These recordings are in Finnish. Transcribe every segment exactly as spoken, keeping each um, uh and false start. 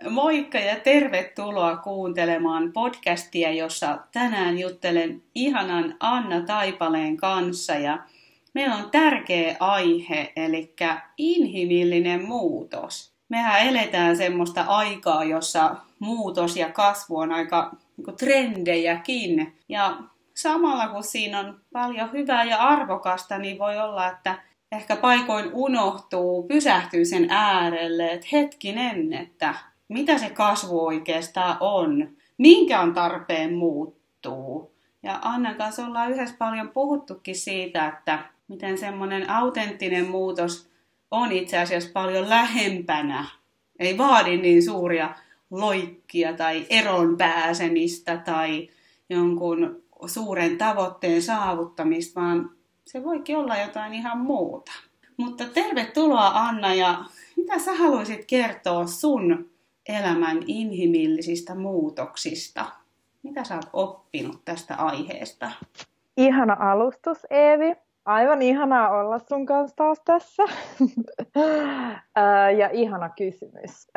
Moikka ja tervetuloa kuuntelemaan podcastia, jossa tänään juttelen ihanan Anna Taipaleen kanssa. Ja meillä on tärkeä aihe, eli inhimillinen muutos. Mehän eletään semmoista aikaa, jossa muutos ja kasvu on aika niin trendejäkin. Ja samalla kun siinä on paljon hyvää ja arvokasta, niin voi olla, että ehkä paikoin unohtuu, pysähtyy sen äärelle, että hetkinen, että mitä se kasvu oikeastaan on, minkä on tarpeen muuttuu. Ja Annan kanssa ollaan yhdessä paljon puhuttukin siitä, että miten semmoinen autenttinen muutos on itse asiassa paljon lähempänä. Ei vaadi niin suuria loikkia tai eron pääsemistä tai jonkun suuren tavoitteen saavuttamista, vaan se voikin olla jotain ihan muuta. Mutta tervetuloa Anna, ja mitä sä haluaisit kertoa sun elämän inhimillisistä muutoksista? Mitä sä oot oppinut tästä aiheesta? Ihana alustus, Eevi. Aivan ihanaa olla sun kanssa taas tässä. Ja ihana kysymys.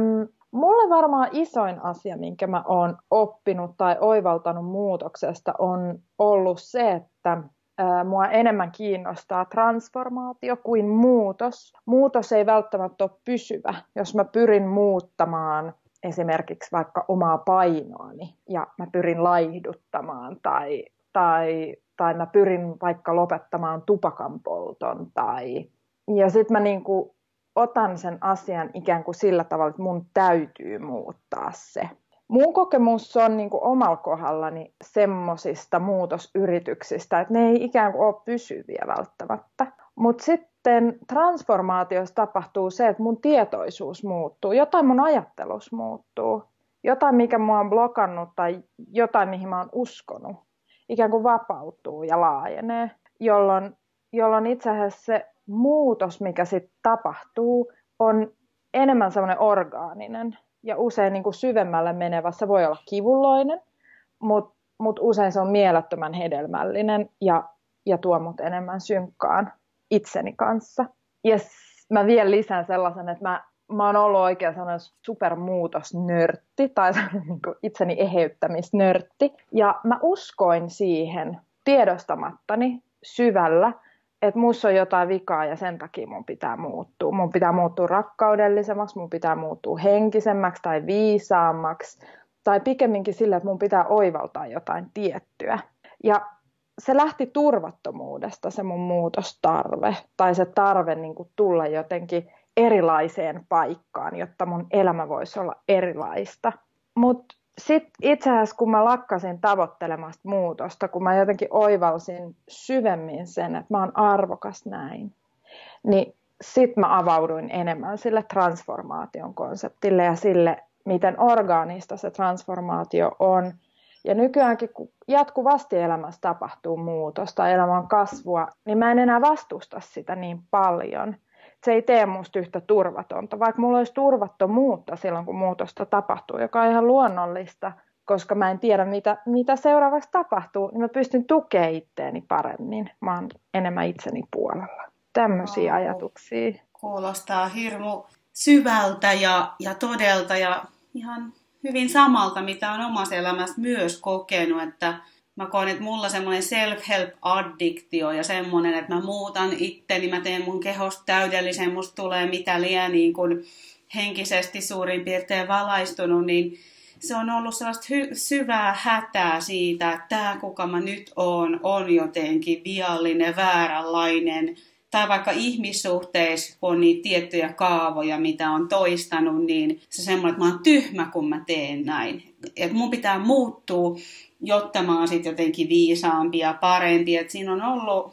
Mulle varmaan isoin asia, minkä mä oon oppinut tai oivaltanut muutoksesta, on ollut se, että mua enemmän kiinnostaa transformaatio kuin muutos. Muutos ei välttämättä ole pysyvä. Jos mä pyrin muuttamaan esimerkiksi vaikka omaa painoani ja mä pyrin laihduttamaan tai, tai, tai mä pyrin vaikka lopettamaan tupakan polton tai ja sit mä niinku otan sen asian ikään kuin sillä tavalla, että mun täytyy muuttaa se. Mun kokemus on niin kuin omalla kohdallani semmosista muutosyrityksistä, että ne ei ikään kuin ole pysyviä välttämättä. Mutta sitten transformaatiossa tapahtuu se, että mun tietoisuus muuttuu, jotain mun ajattelus muuttuu, jotain mikä mua on blokannut tai jotain mihin mä oon uskonut, ikään kuin vapautuu ja laajenee, jolloin, jolloin itse asiassa se muutos, mikä sitten tapahtuu, on enemmän semmoinen orgaaninen. Ja usein niin kuin syvemmälle menevä, se voi olla kivulloinen, mutta mut usein se on mielettömän hedelmällinen ja, ja tuo mut enemmän synkkaan itseni kanssa. Ja mä vielä lisään sellaisen, että mä, mä oon ollut oikein sellainen supermuutosnörtti tai niin kuin itseni eheyttämisnörtti. Ja mä uskoin siihen tiedostamattani syvällä, että musta on jotain vikaa ja sen takia mun pitää muuttua. Mun pitää muuttua rakkaudellisemmaksi, mun pitää muuttua henkisemmäksi tai viisaammaksi. Tai pikemminkin sillä, että mun pitää oivaltaa jotain tiettyä. Ja se lähti turvattomuudesta se mun muutostarve. Tai se tarve niin kuin tulla jotenkin erilaiseen paikkaan, jotta mun elämä voisi olla erilaista. Mutta sitten itse asiassa, kun mä lakkasin tavoittelemasta muutosta, kun mä jotenkin oivalsin syvemmin sen, että mä oon arvokas näin, niin sitten mä avauduin enemmän sille transformaation konseptille ja sille, miten orgaanista se transformaatio on. Ja nykyäänkin, kun jatkuvasti elämässä tapahtuu muutosta, elämän kasvua, niin mä en enää vastusta sitä niin paljon. Se ei tee musta yhtä turvatonta, vaikka mulla olisi turvattomuutta silloin, kun muutosta tapahtuu, joka on ihan luonnollista, koska mä en tiedä, mitä, mitä seuraavaksi tapahtuu, niin mä pystyn tukemaan itteeni paremmin. Mä oon enemmän itseni puolella. Tämmöisiä oh, ajatuksia. Kuulostaa hirmu syvältä ja, ja todelta ja ihan hyvin samalta, mitä on omassa elämässä myös kokenut, että mä koen, että mulla semmoinen self-help-addiktio ja semmoinen, että mä muutan itteni, mä teen mun kehosta täydellisen, musta tulee mitä liian niin kuin henkisesti suurin piirtein valaistunut, niin se on ollut sellaista hy- syvää hätää siitä, että tämä kuka mä nyt oon, on jotenkin viallinen, vääränlainen. Tai vaikka ihmissuhteissa, kun on niitä tiettyjä kaavoja, mitä on toistanut, niin se semmoinen, että mä oon tyhmä, kun mä teen näin. Että mun pitää muuttua, jotta mä oon sitten jotenkin viisaampi ja parempi. Että siinä on ollut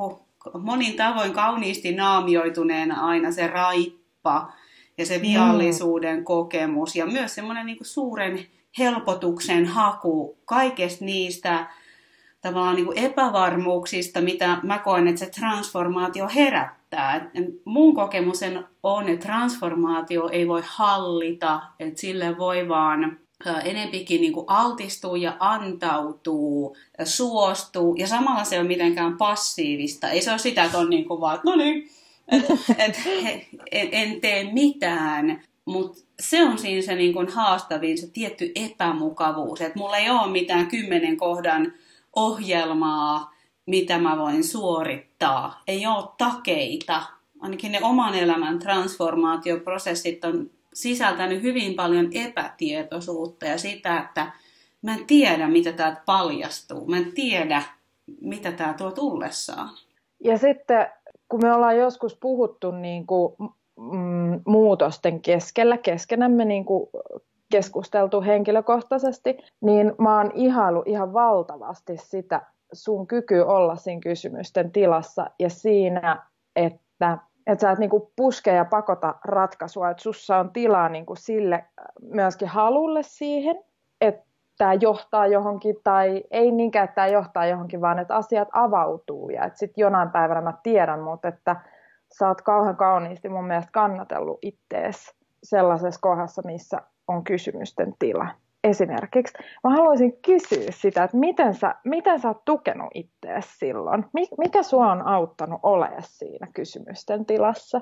monin tavoin kauniisti naamioituneena aina se raippa ja se viallisuuden mm. kokemus. Ja myös semmoinen niin kuin suuren helpotuksen haku kaikesta niistä tavallaan niin kuin epävarmuuksista, mitä mä koen, että se transformaatio herättää. Et mun kokemus on, että transformaatio ei voi hallita, että sille voi vaan enempikin niin kuin altistuu ja antautuu, suostuu, ja samalla se ei ole mitenkään passiivista. Ei se ole sitä, että on niin kuin vaan, no niin, et, et, en, en tee mitään, Mutta se on siinä se niin kun haastavin, se tietty epämukavuus. Että mulla ei ole mitään kymmenen kohdan ohjelmaa, mitä mä voin suorittaa. Ei ole takeita. Ainakin ne oman elämän transformaatioprosessit on sisältänyt hyvin paljon epätietoisuutta ja sitä, että mä en tiedä, mitä täältä paljastuu. Mä en tiedä, mitä tää tuo tullessaan. Ja sitten, kun me ollaan joskus puhuttu niin kuin, mm, muutosten keskellä, keskenämme niin kuin keskusteltu henkilökohtaisesti, niin mä oon ihaillut ihan valtavasti sitä sun kyky olla siinä kysymysten tilassa ja siinä, että, että sä et niin kuin puske ja pakota ratkaisua, että sussa on tilaa niin kuin sille myöskin halulle siihen, että tämä johtaa johonkin tai ei niinkään, että tämä johtaa johonkin, vaan että asiat avautuu ja että sitten jonain päivänä mä tiedän, mutta että sä oot kauhean kauniisti mun mielestä kannatellut ittees sellaisessa kohdassa, missä on kysymysten tila. Esimerkiksi mä haluaisin kysyä sitä, että miten sä, miten sä oot tukenut ittees silloin? Mikä sua on auttanut olemaan siinä kysymysten tilassa?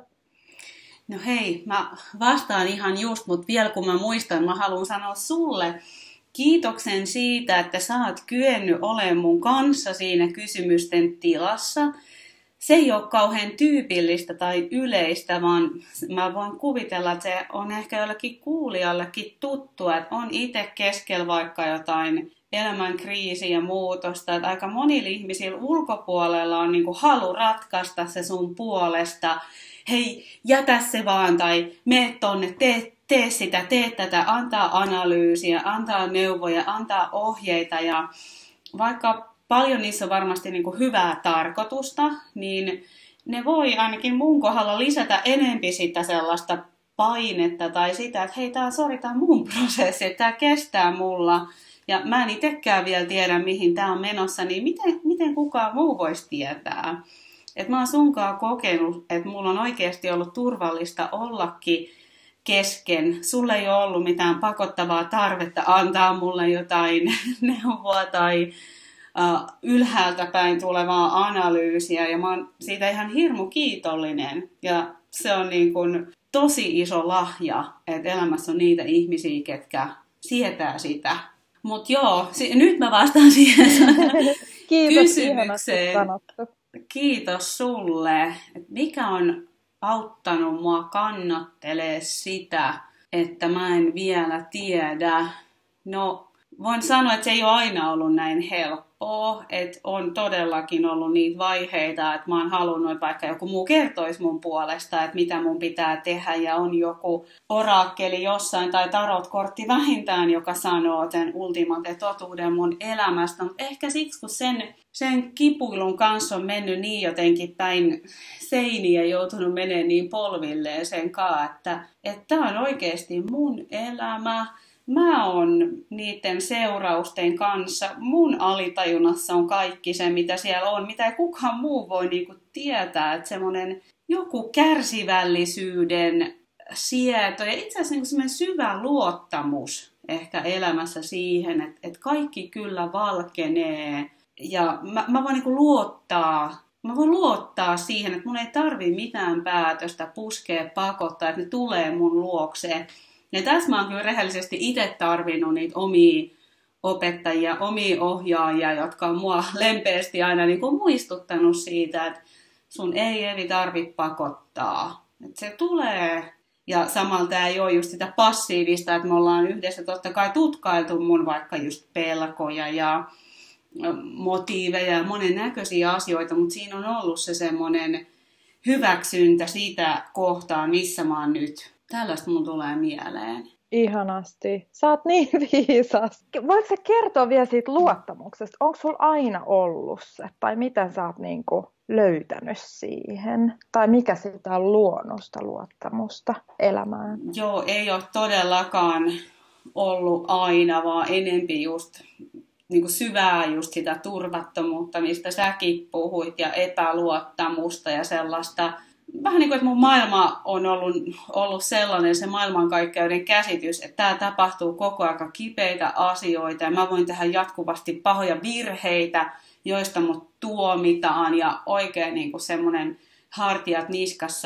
No hei, mä vastaan ihan just, mutta vielä kun mä muistan, mä haluan sanoa sulle kiitoksen siitä, että sä oot kyennyt olemaan mun kanssa siinä kysymysten tilassa. Se ei ole kauhean tyypillistä tai yleistä, vaan mä voin kuvitella, että se on ehkä jollekin kuulijallekin tuttua, että on itse keskellä vaikka jotain elämän kriisiä ja muutosta, että aika monilla ihmisillä ulkopuolella on niin kuin halu ratkaista se sun puolesta. Hei, jätä se vaan, tai mene tonne, tee, tee sitä, tee tätä, antaa analyysiä, antaa neuvoja, antaa ohjeita, ja vaikka paljon niissä on varmasti niin kuin hyvää tarkoitusta, niin ne voi ainakin mun kohdalla lisätä enempi sitä sellaista painetta tai sitä, että hei, tää sori, tää on mun prosessi, että tää kestää mulla, ja mä en itsekään vielä tiedä, mihin tää on menossa, niin miten, miten kukaan muu voisi tietää? Et mä oon sunkaan kokenut, että mulla on oikeasti ollut turvallista ollakin kesken. Sulla ei ole ollut mitään pakottavaa tarvetta antaa mulle jotain neuvoa tai uh, ylhäältä päin tulevaa analyysiä. Ja mä oon siitä ihan hirmu kiitollinen. Ja se on niin kun tosi iso lahja, että elämässä on niitä ihmisiä, ketkä sietää sitä. Mutta joo, si- nyt mä vastaan siihen Kiitos, kysymykseen. Kiitos sulle. Et mikä on auttanut mua kannattelee sitä, että mä en vielä tiedä? No, voin sanoa, että se ei ole aina ollut näin helppoa. Että on todellakin ollut niitä vaiheita, että mä oon halunnut, että vaikka joku muu kertoisi mun puolesta, että mitä mun pitää tehdä. Ja on joku oraakkeli jossain tai tarotkortti vähintään, joka sanoo sen ultimate totuuden mun elämästä. Mutta ehkä siksi, kun sen... Sen kipuilun kanssa on mennyt niin jotenkin päin seiniä, joutunut menemään niin polvilleen sen kanssa, että tämä on oikeasti mun elämä. Mä oon niiden seurausten kanssa. Mun alitajunnassa on kaikki se, mitä siellä on, mitä ei kukaan muu voi niinku tietää. Että semmoinen joku kärsivällisyyden sieto ja itse asiassa niinku semmoinen syvä luottamus ehkä elämässä siihen, että, että kaikki kyllä valkenee. Ja mä, mä voin niin luottaa, mä voin luottaa siihen, että mun ei tarvii mitään päätöstä puskea pakottaa, että ne tulee mun luokseen. Ja tässä mä oon kyllä rehellisesti itse tarvinnut niitä omia opettajia, omia ohjaajia, jotka on mua lempeästi aina niin kuin muistuttanut siitä, että sun ei Eevi tarvitse pakottaa. Että se tulee. Ja samalla tämä ei ole just sitä passiivista, että me ollaan yhdessä totta kai tutkailtu mun vaikka just pelkoja ja motiiveja ja monennäköisiä asioita, mutta siinä on ollut se semmoinen hyväksyntä siitä kohtaan, missä mä oon nyt. Tällaista mun tulee mieleen. Ihanasti. Sä oot niin viisas. Voitko sä kertoa vielä siitä luottamuksesta? Onko sulla aina ollut se? Tai miten sä oot niinku löytänyt siihen? Tai mikä sitä on luonut sitä luottamusta elämään? Joo, ei ole todellakaan ollut aina, vaan enempi just niin kuin syvää just sitä turvattomuutta, mistä säkin puhuit, ja epäluottamusta ja sellaista. Vähän niin kuin, että mun maailma on ollut, ollut sellainen, se maailmankaikkeuden käsitys, että tämä tapahtuu koko ajan kipeitä asioita, ja mä voin tehdä jatkuvasti pahoja virheitä, joista mut tuomitaan, ja oikein niin kuin semmoinen hartiat niskassa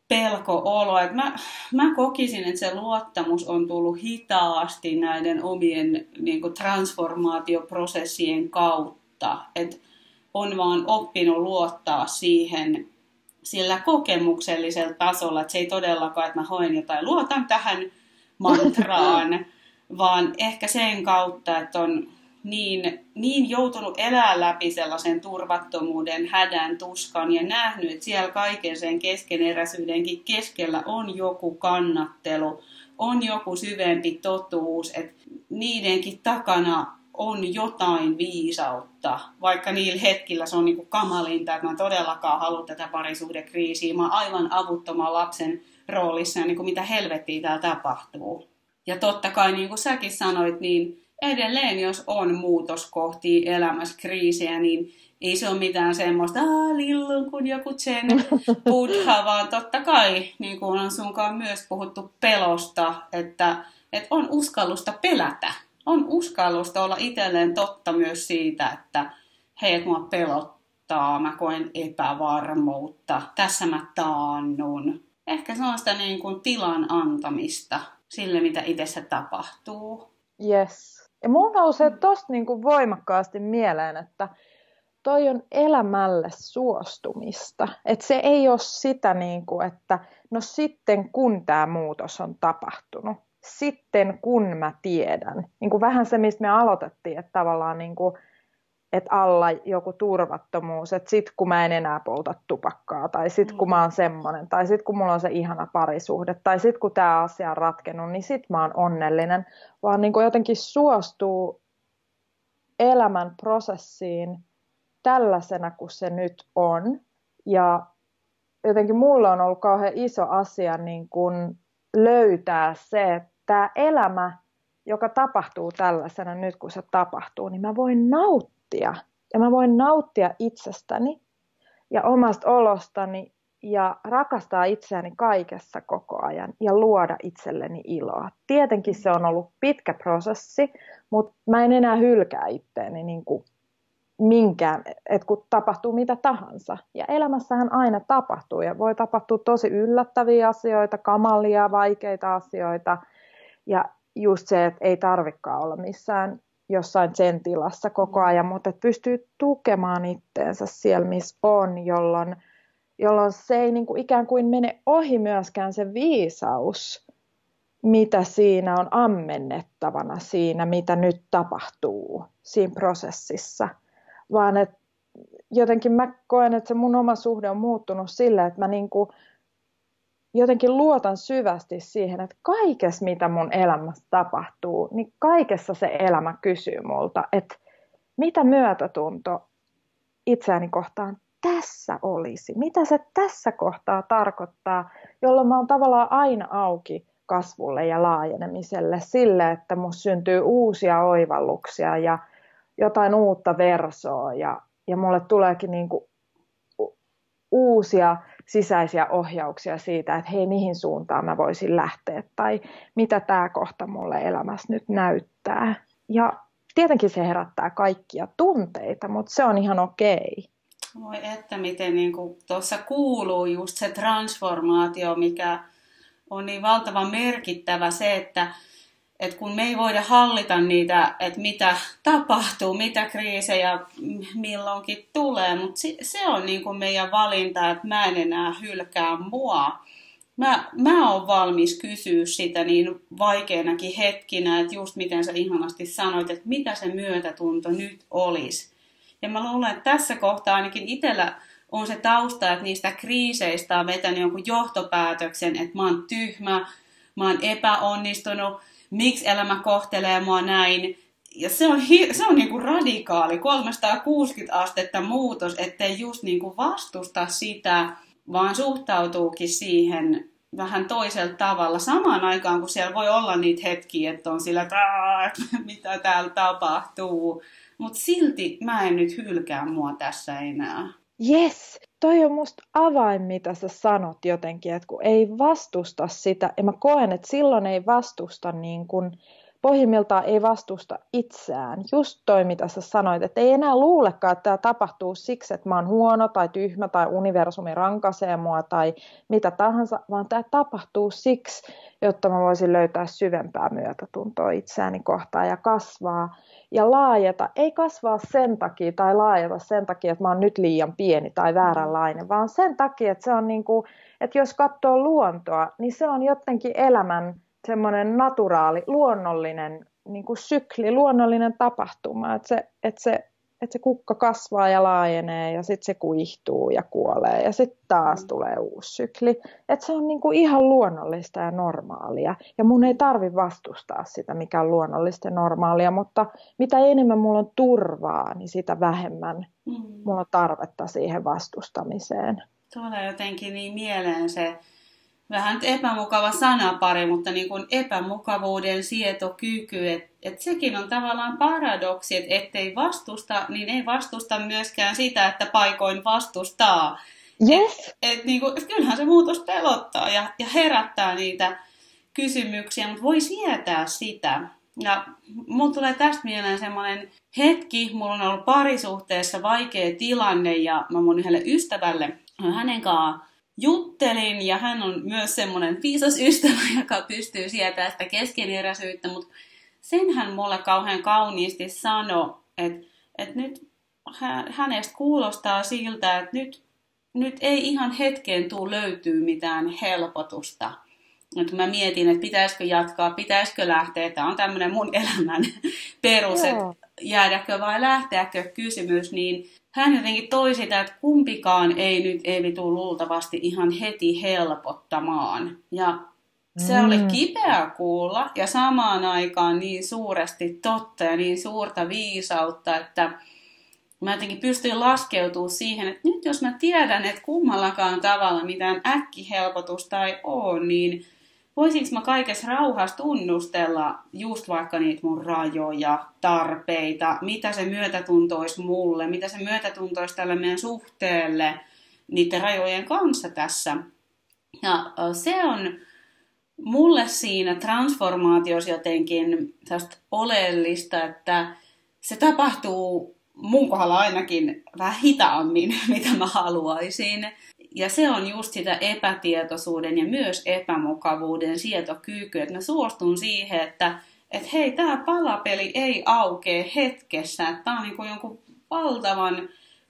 pelko-olo. Et mä, mä kokisin, että se luottamus on tullut hitaasti näiden omien niin kuin transformaatioprosessien kautta. Et on vaan oppinut luottaa siihen sillä kokemuksellisella tasolla, että se ei todellakaan, että mä hoen jotain, luotan tähän mantraan, vaan ehkä sen kautta, että on niin, niin joutunut elää läpi sellaisen turvattomuuden, hädän, tuskan ja nähnyt, että siellä kaiken sen keskeneräisyydenkin keskellä on joku kannattelu, on joku syvempi totuus, että niidenkin takana on jotain viisautta, vaikka niillä hetkillä se on niin kuin kamalinta, että mä en todellakaan halua tätä parisuhdekriisiä, mä oon aivan avuttoman lapsen roolissa, niin kuin mitä helvettiä täällä tapahtuu. Ja totta kai, niin kuin säkin sanoit, niin edelleen, jos on muutoskohtia elämässä, kriisejä, niin ei se ole mitään semmoista, aah, lillun kun joku Zen Buddha, vaan totta kai, niin kuin on sunkaan myös puhuttu pelosta, että, että on uskallusta pelätä. On uskallusta olla itselleen totta myös siitä, että hei, että mua pelottaa, mä koen epävarmuutta, tässä mä taannun. Ehkä se on sitä niin kuin tilan antamista sille, mitä itsessä tapahtuu. Yes. Ja mun nousee tosta niin kuin voimakkaasti mieleen, että toi on elämälle suostumista. Että se ei ole sitä, niin kuin, että no sitten kun tämä muutos on tapahtunut, sitten kun mä tiedän. Niin kuin vähän se, mistä me aloitettiin, että tavallaan niin kuin, että alla joku turvattomuus, että sit kun mä en enää polta tupakkaa, tai sit kun mä oon semmonen, tai sit kun mulla on se ihana parisuhde, tai sit kun tää asia on ratkennut, niin sit mä oon onnellinen. Vaan niin kuin jotenkin suostuu elämän prosessiin tällaisena kuin se nyt on. Ja jotenkin mulla on ollut kauhean iso asia niin kuin löytää se, että tämä elämä, joka tapahtuu tällaisena nyt kun se tapahtuu, niin mä voin nauttia. Ja mä voin nauttia itsestäni ja omasta olostani ja rakastaa itseäni kaikessa koko ajan ja luoda itselleni iloa. Tietenkin se on ollut pitkä prosessi, mutta mä en enää hylkää itteeni niin kuin minkään, että kun tapahtuu mitä tahansa. Ja elämässähän aina tapahtuu ja voi tapahtua tosi yllättäviä asioita, kamalia, vaikeita asioita. Ja just se, että ei tarvikaan olla missään jossain sen tilassa koko ajan, mutta että pystyy tukemaan itteensä siellä, missä on, jolloin, jolloin se ei niin kuin ikään kuin mene ohi myöskään se viisaus, mitä siinä on ammennettavana siinä, mitä nyt tapahtuu siinä prosessissa. Vaan että jotenkin mä koen, että se mun oma suhde on muuttunut sillä, että mä niin kuin jotenkin luotan syvästi siihen, että kaikessa mitä mun elämässä tapahtuu, niin kaikessa se elämä kysyy multa, että mitä myötätunto itseäni kohtaan tässä olisi, mitä se tässä kohtaa tarkoittaa, jolloin mä oon tavallaan aina auki kasvulle ja laajenemiselle sille, että musta syntyy uusia oivalluksia ja jotain uutta versoa ja, ja mulle tuleekin niinku uusia sisäisiä ohjauksia siitä, että hei, mihin suuntaan mä voisin lähteä tai mitä tämä kohta mulle elämässä nyt näyttää. Ja tietenkin se herättää kaikkia tunteita, mutta se on ihan okei. Voi että miten niin tuossa kuuluu just se transformaatio, mikä on niin valtavan merkittävä se, että että kun me ei voida hallita niitä, että mitä tapahtuu, mitä kriisejä milloinkin tulee, mutta se on niin kuin meidän valinta, että mä en enää hylkää mua. Mä, mä oon valmis kysyä sitä niin vaikeinakin hetkinä, että just miten sä ihanasti sanoit, että mitä se myötätunto nyt olisi. Ja mä luulen, että tässä kohtaa ainakin itsellä on se tausta, että niistä kriiseistä on vetänyt jonkun johtopäätöksen, että mä oon tyhmä, mä oon epäonnistunut, miksi elämä kohtelee mua näin. Ja se on, se on niinku radikaali, kolmesataakuusikymmentä astetta muutos, ettei just niinku vastusta sitä, vaan suhtautuukin siihen vähän toisella tavalla. Samaan aikaan, kun siellä voi olla niitä hetkiä, että on sillä, että mitä täällä tapahtuu. Mutta silti mä en nyt hylkää mua tässä enää. Yes, toi on musta avain, mitä sä sanot jotenkin, että kun ei vastusta sitä, ja mä koen, että silloin ei vastusta niin kun pohjimmiltaan ei vastusta itseään. Just toi, mitä sä sanoit, että ei enää luulekaan, että tämä tapahtuu siksi, että mä oon huono tai tyhmä tai universumi rankaisee mua tai mitä tahansa, vaan tämä tapahtuu siksi, jotta mä voisin löytää syvempää myötätuntoa itseäni kohtaan ja kasvaa ja laajeta. Ei kasvaa sen takia tai laajeta sen takia, että mä oon nyt liian pieni tai vääränlainen, vaan sen takia, että se on niin kuin, että jos katsoo luontoa, niin se on jotenkin elämän semmoinen naturaali, luonnollinen niin kuin sykli, luonnollinen tapahtuma, että se, että, se, että se kukka kasvaa ja laajenee ja sitten se kuihtuu ja kuolee ja sitten taas mm. tulee uusi sykli. Että se on niin kuin ihan luonnollista ja normaalia ja mun ei tarvitse vastustaa sitä, mikä on luonnollista ja normaalia, mutta mitä enemmän mulla on turvaa, niin sitä vähemmän mm. mulla on tarvetta siihen vastustamiseen. Tulee jotenkin niin mieleen se vähän epämukava sanapari, mutta niin kuin epämukavuuden sietokyky, että et sekin on tavallaan paradoksi, että ettei vastusta, niin ei vastusta myöskään sitä, että paikoin vastustaa. Yes. Et, et niin kuin, et kyllähän se muutos pelottaa ja, ja herättää niitä kysymyksiä, mutta voi sietää sitä. Ja mulla tulee tästä mieleen semmoinen hetki, mulla on ollut parisuhteessa vaikea tilanne ja mä mun yhdelle ystävälle hänen kanssaan juttelin ja hän on myös semmoinen viisas ystävä, joka pystyy sietämään sitä keskeneräisyyttä, mutta sen hän mulle kauhean kauniisti sanoi, että, että nyt hänestä kuulostaa siltä, että nyt, nyt ei ihan hetkeen tule löytyy mitään helpotusta. Että mä mietin, että pitäisikö jatkaa, pitäisikö lähteä, tämä on tämmöinen mun elämän perus, että jäädäkö vai lähteäkö kysymys, niin hän jotenkin toi sitä, että kumpikaan ei nyt Eevi tule luultavasti ihan heti helpottamaan. Ja se mm. oli kipeä kuulla ja samaan aikaan niin suuresti totta ja niin suurta viisautta, että mä jotenkin pystyin laskeutumaan siihen, että nyt jos mä tiedän, että kummallakaan tavalla mitään äkkihelpotusta ei ole, niin voisinko mä kaikessa rauhassa tunnustella just vaikka niitä mun rajoja, tarpeita, mitä se myötätunto olisi mulle, mitä se myötätunto olisi tälle meidän suhteelle niiden rajojen kanssa tässä. Ja se on mulle siinä transformaatiossa jotenkin oleellista, että se tapahtuu mun kohdalla ainakin vähän hitaammin, mitä mä haluaisin. Ja se on just sitä epätietoisuuden ja myös epämukavuuden sietokyky, että mä suostun siihen, että et hei, tää palapeli ei aukea hetkessä. Että tää on niin kuin jonkun valtavan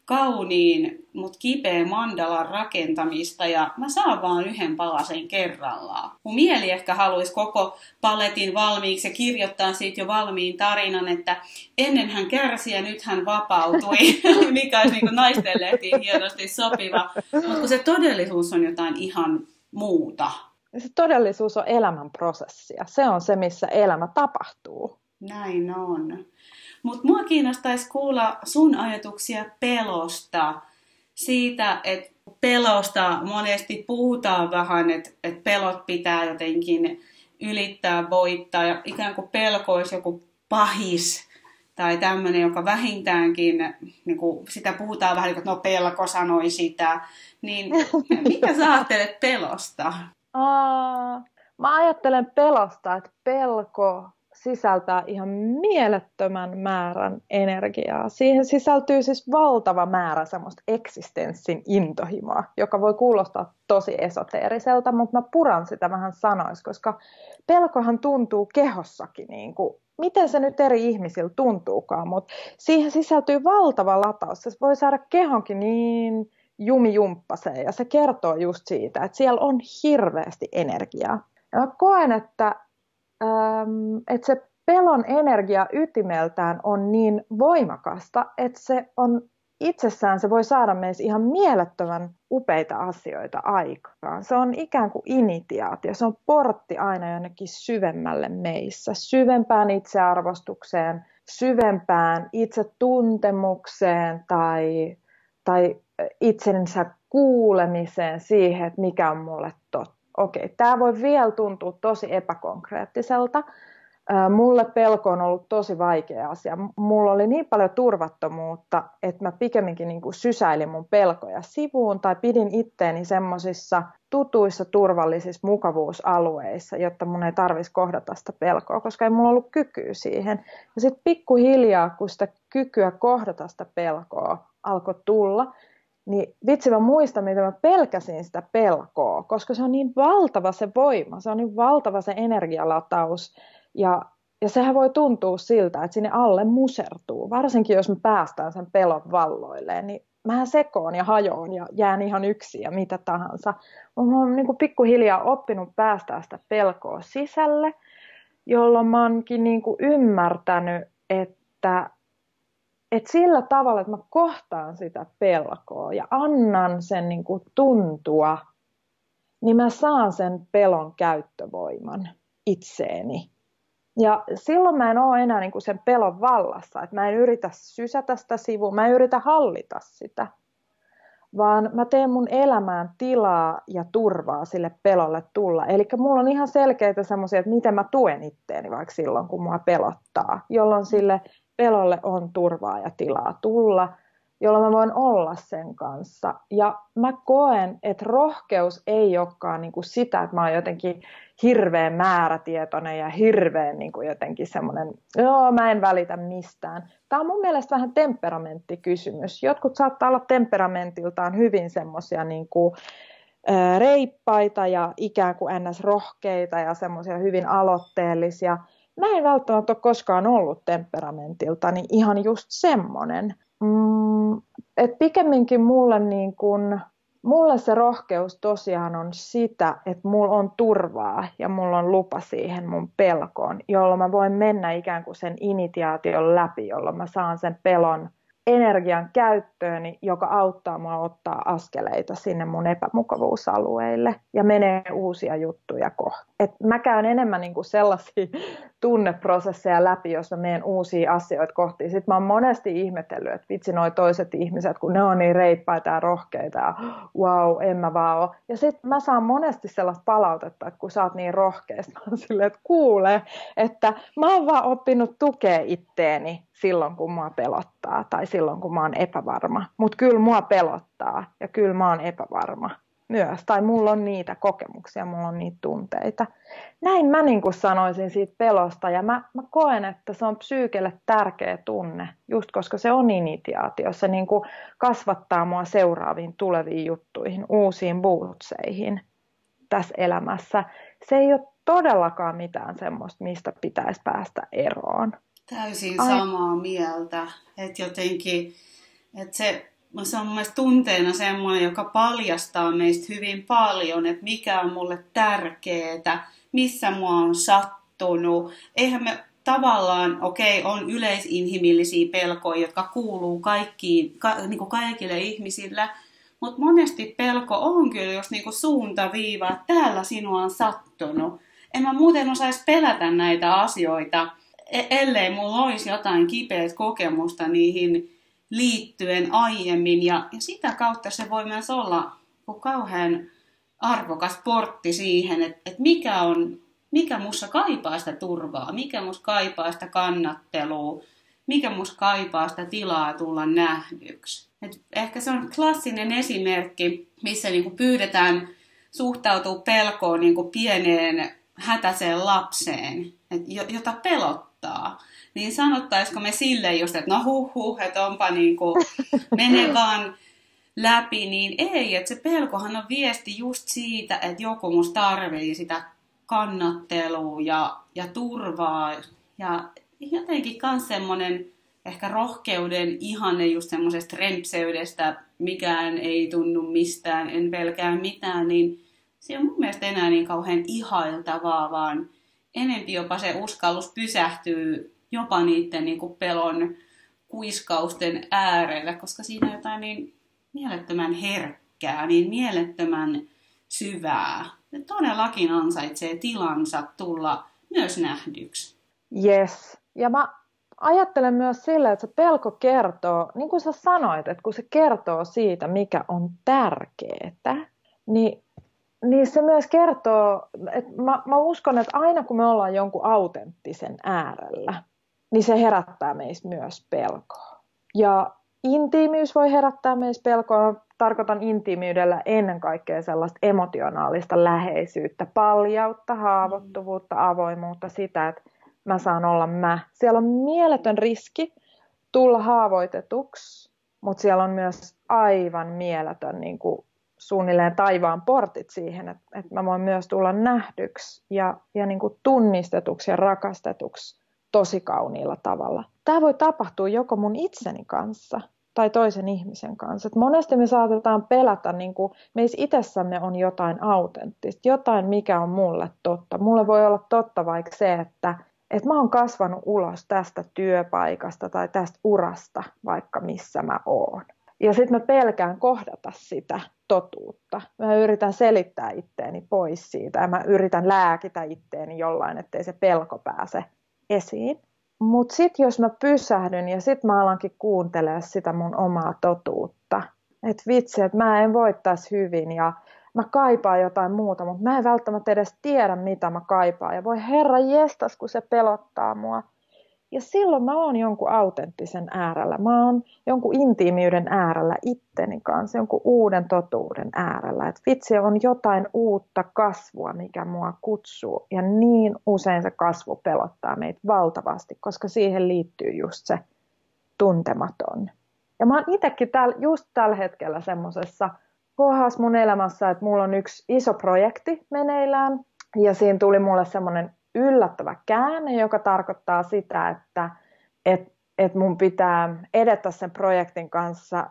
kauniin, mut kipeä mandalan rakentamista ja mä saan vaan yhden palasen kerrallaan. Mun mieli ehkä haluaisi koko paletin valmiiksi ja kirjoittaa siitä jo valmiin tarinan, että ennen hän kärsi ja nyt hän vapautui, mikä olisi niin kuin naisten lehtiin hienosti sopiva. Mutta kun se todellisuus on jotain ihan muuta. Se todellisuus on elämän prosessia. Se on se, missä elämä tapahtuu. Näin on. Mutta mua kiinnostaisi kuulla sun ajatuksia pelosta. Siitä, että pelosta monesti puhutaan vähän, että, että pelot pitää jotenkin ylittää, voittaa. Ja ikään kuin pelko olisi joku pahis tai tämmöinen, joka vähintäänkin, niin kuin sitä puhutaan vähän, että no pelko sanoi sitä. Niin mitä sä ajattelet pelosta? Aa, mä ajattelen pelosta, että pelko sisältää ihan mielettömän määrän energiaa. Siihen sisältyy siis valtava määrä semmoista eksistenssin intohimoa, joka voi kuulostaa tosi esoteeriselta, mutta mä puran sitä vähän sanois, koska pelkohan tuntuu kehossakin, niin kuin, miten se nyt eri ihmisillä tuntuukaan, mutta siihen sisältyy valtava lataus. Se voi saada kehonkin niin jumijumppaseen ja se kertoo just siitä, että siellä on hirveästi energiaa. Ja mä koen, että että se pelon energia ytimeltään on niin voimakasta, että se on itsessään, se voi saada meissä ihan mielettömän upeita asioita aikaan. Se on ikään kuin initiaatio, se on portti aina jonnekin syvemmälle meissä, syvempään itsearvostukseen, syvempään itsetuntemukseen tai, tai itsensä kuulemiseen siihen, että mikä on mulle totta. Okei, tämä voi vielä tuntua tosi epäkonkreettiselta, Mulle pelko on ollut tosi vaikea asia. Mulla oli niin paljon turvattomuutta, että mä pikemminkin niin kuin sysäilin mun pelkoja sivuun tai pidin itteeni semmoisissa tutuissa, turvallisissa mukavuusalueissa, jotta mun ei tarvitsisi kohdata sitä pelkoa, koska ei mulla ollut kykyä siihen. Ja sitten pikkuhiljaa, kun sitä kykyä kohdata sitä pelkoa alkoi tulla, niin vitsi mä muistan, miten mä pelkäsin sitä pelkoa, koska se on niin valtava se voima, se on niin valtava se energialataus. Ja, ja sehän voi tuntua siltä, että sinne alle musertuu, varsinkin jos me päästään sen pelon valloilleen, niin mähän sekoon ja hajoon ja jään ihan yksin ja mitä tahansa. Mä oon niin kuin pikkuhiljaa oppinut päästää sitä pelkoa sisälle, jolloin mä oonkin niin kuin ymmärtänyt, että, että sillä tavalla, että mä kohtaan sitä pelkoa ja annan sen niin kuin tuntua, niin mä saan sen pelon käyttövoiman itseeni. Ja silloin mä en ole enää niin kuin sen pelon vallassa, että mä en yritä sysätä sitä sivuun, mä en yritä hallita sitä, vaan mä teen mun elämään tilaa ja turvaa sille pelolle tulla. Eli mulla on ihan selkeitä semmoisia, että miten mä tuen itteeni vaikka silloin, kun mua pelottaa, jolloin sille pelolle on turvaa ja tilaa tulla, jolloin mä voin olla sen kanssa. Ja mä koen, että rohkeus ei olekaan niin kuin sitä, että mä oon jotenkin hirveän määrätietoinen ja hirveän niin kuin jotenkin semmoinen, joo mä en välitä mistään. Tämä on mun mielestä vähän temperamenttikysymys. Jotkut saattaa olla temperamentiltaan hyvin semmoisia niin kuin reippaita ja ikään kuin ns-rohkeita ja semmoisia hyvin aloitteellisia. Mä en välttämättä ole koskaan ollut temperamentiltani ihan just semmoinen. Mm, et pikemminkin mulle, niin kun, mulle se rohkeus tosiaan on sitä, että mulla on turvaa ja mulla on lupa siihen mun pelkoon, jolloin mä voin mennä ikään kuin sen initiaation läpi, jolloin mä saan sen pelon energian käyttööni, joka auttaa mua ottaa askeleita sinne mun epämukavuusalueille ja menee uusia juttuja kohti. Et mä käyn enemmän niinku sellaisia tunneprosesseja läpi, jos mä menen uusia asioita kohti. Sitten mä oon monesti ihmetellyt, että vitsi noi toiset ihmiset, kun ne on niin reippaita ja rohkeita ja wow, en mä vaan ole. Ja sitten mä saan monesti sellaista palautetta, että kun sä oot niin rohkea, mä oon silleen, että kuule, että mä oon vaan oppinut tukea itteeni silloin, kun mua pelottaa tai silloin, kun mä oon epävarma. Mutta kyllä mua pelottaa ja kyllä mä oon epävarma myös. Tai mulla on niitä kokemuksia, mulla on niitä tunteita. Näin mä niin kuin sanoisin siitä pelosta ja mä, mä koen, että se on psyykelle tärkeä tunne, just koska se on initiaatio. Se niin kuin kasvattaa mua seuraaviin tuleviin juttuihin, uusiin bootseihin tässä elämässä. Se ei ole todellakaan mitään semmoista, mistä pitäisi päästä eroon. Täysin samaa mieltä, että jotenkin, että se, se on mun mielestä tunteena semmoinen, joka paljastaa meistä hyvin paljon, että mikä on mulle tärkeää, missä mua on sattunut. Eihän me tavallaan, okei, okay, on yleisinhimillisiä pelkoja, jotka kuuluu kaikkiin, ka, niin kuin kaikille ihmisille, mutta monesti pelko on kyllä just niin kuin suuntaviiva, että täällä sinua on sattunut. En mä muuten osaisi pelätä näitä asioita, ellei mulla olisi jotain kipeät kokemusta niihin liittyen aiemmin. Ja, ja sitä kautta se voi myös olla kauhean arvokas portti siihen, että, että mikä, on, mikä musta kaipaa sitä turvaa, mikä musta kaipaa sitä kannattelua, mikä musta kaipaa sitä tilaa tulla nähdyksi. Et ehkä se on klassinen esimerkki, missä niinku pyydetään suhtautua pelkoon niinku pieneen hätäiseen lapseen, et, jota pelottaa. Niin sanottaisiko me silleen just, että no huh huh, että onpa niinku, mene vaan läpi, niin ei, että se pelkohan on viesti just siitä, että joku musta tarvii sitä kannattelua ja, ja turvaa ja jotenkin myös semmoinen ehkä rohkeuden ihanne just semmoisesta rempseydestä, mikään ei tunnu mistään, en pelkää mitään, niin se on mun mielestä enää niin kauhean ihailtavaa, vaan enempi jopa se uskallus pysähtyy jopa niiden niin kuin pelon kuiskausten äärellä, koska siinä on jotain niin mielettömän herkkää, niin mielettömän syvää. Ja todellakin ansaitsee tilansa tulla myös nähdyksi. Yes. Ja mä ajattelen myös sillä, että se pelko kertoo, niin kuin sä sanoit, että kun se kertoo siitä, mikä on tärkeää, niin niin se myös kertoo, että mä, mä uskon, että aina kun me ollaan jonkun autenttisen äärellä, niin se herättää meissä myös pelkoa. Ja intiimiys voi herättää meissä pelkoa. Tarkoitan intiimiydellä ennen kaikkea sellaista emotionaalista läheisyyttä, paljautta, haavoittuvuutta, avoimuutta, sitä, että mä saan olla mä. Siellä on mieletön riski tulla haavoitetuksi, mutta siellä on myös aivan mieletön niin kuin suunnilleen taivaan portit siihen, että, että mä voin myös tulla nähdyksi ja, ja niin kuin tunnistetuksi ja rakastetuksi tosi kauniilla tavalla. Tämä voi tapahtua joko mun itseni kanssa tai toisen ihmisen kanssa. Et monesti me saatetaan pelätä, niin kuin meissä itsessämme on jotain autenttista, jotain mikä on mulle totta. Mulle voi olla totta vaikka se, että, että mä oon kasvanut ulos tästä työpaikasta tai tästä urasta, vaikka missä mä oon. Ja sitten mä pelkään kohdata sitä totuutta. Mä yritän selittää itteeni pois siitä ja mä yritän lääkitä itteeni jollain, ettei se pelko pääse esiin. Mutta sitten jos mä pysähdyn ja sitten mä alankin kuuntelemaan sitä mun omaa totuutta, että vitsi, että mä en voi tässä hyvin ja mä kaipaan jotain muuta, mutta mä en välttämättä edes tiedä, mitä mä kaipaan. Ja voi herra jestas, kun se pelottaa mua. Ja silloin mä oon jonkun autenttisen äärellä. Mä oon jonkun intiimiyden äärellä itteni kanssa, jonkun uuden totuuden äärellä. Että vitsi, on jotain uutta kasvua, mikä mua kutsuu. Ja niin usein se kasvu pelottaa meitä valtavasti, koska siihen liittyy just se tuntematon. Ja mä oon itsekin täällä, just tällä hetkellä semmosessa kohdassa mun elämässä, että mulla on yksi iso projekti meneillään. Ja siinä tuli mulle semmoinen yllättävä käänne, joka tarkoittaa sitä, että et, et mun pitää edetä sen projektin kanssa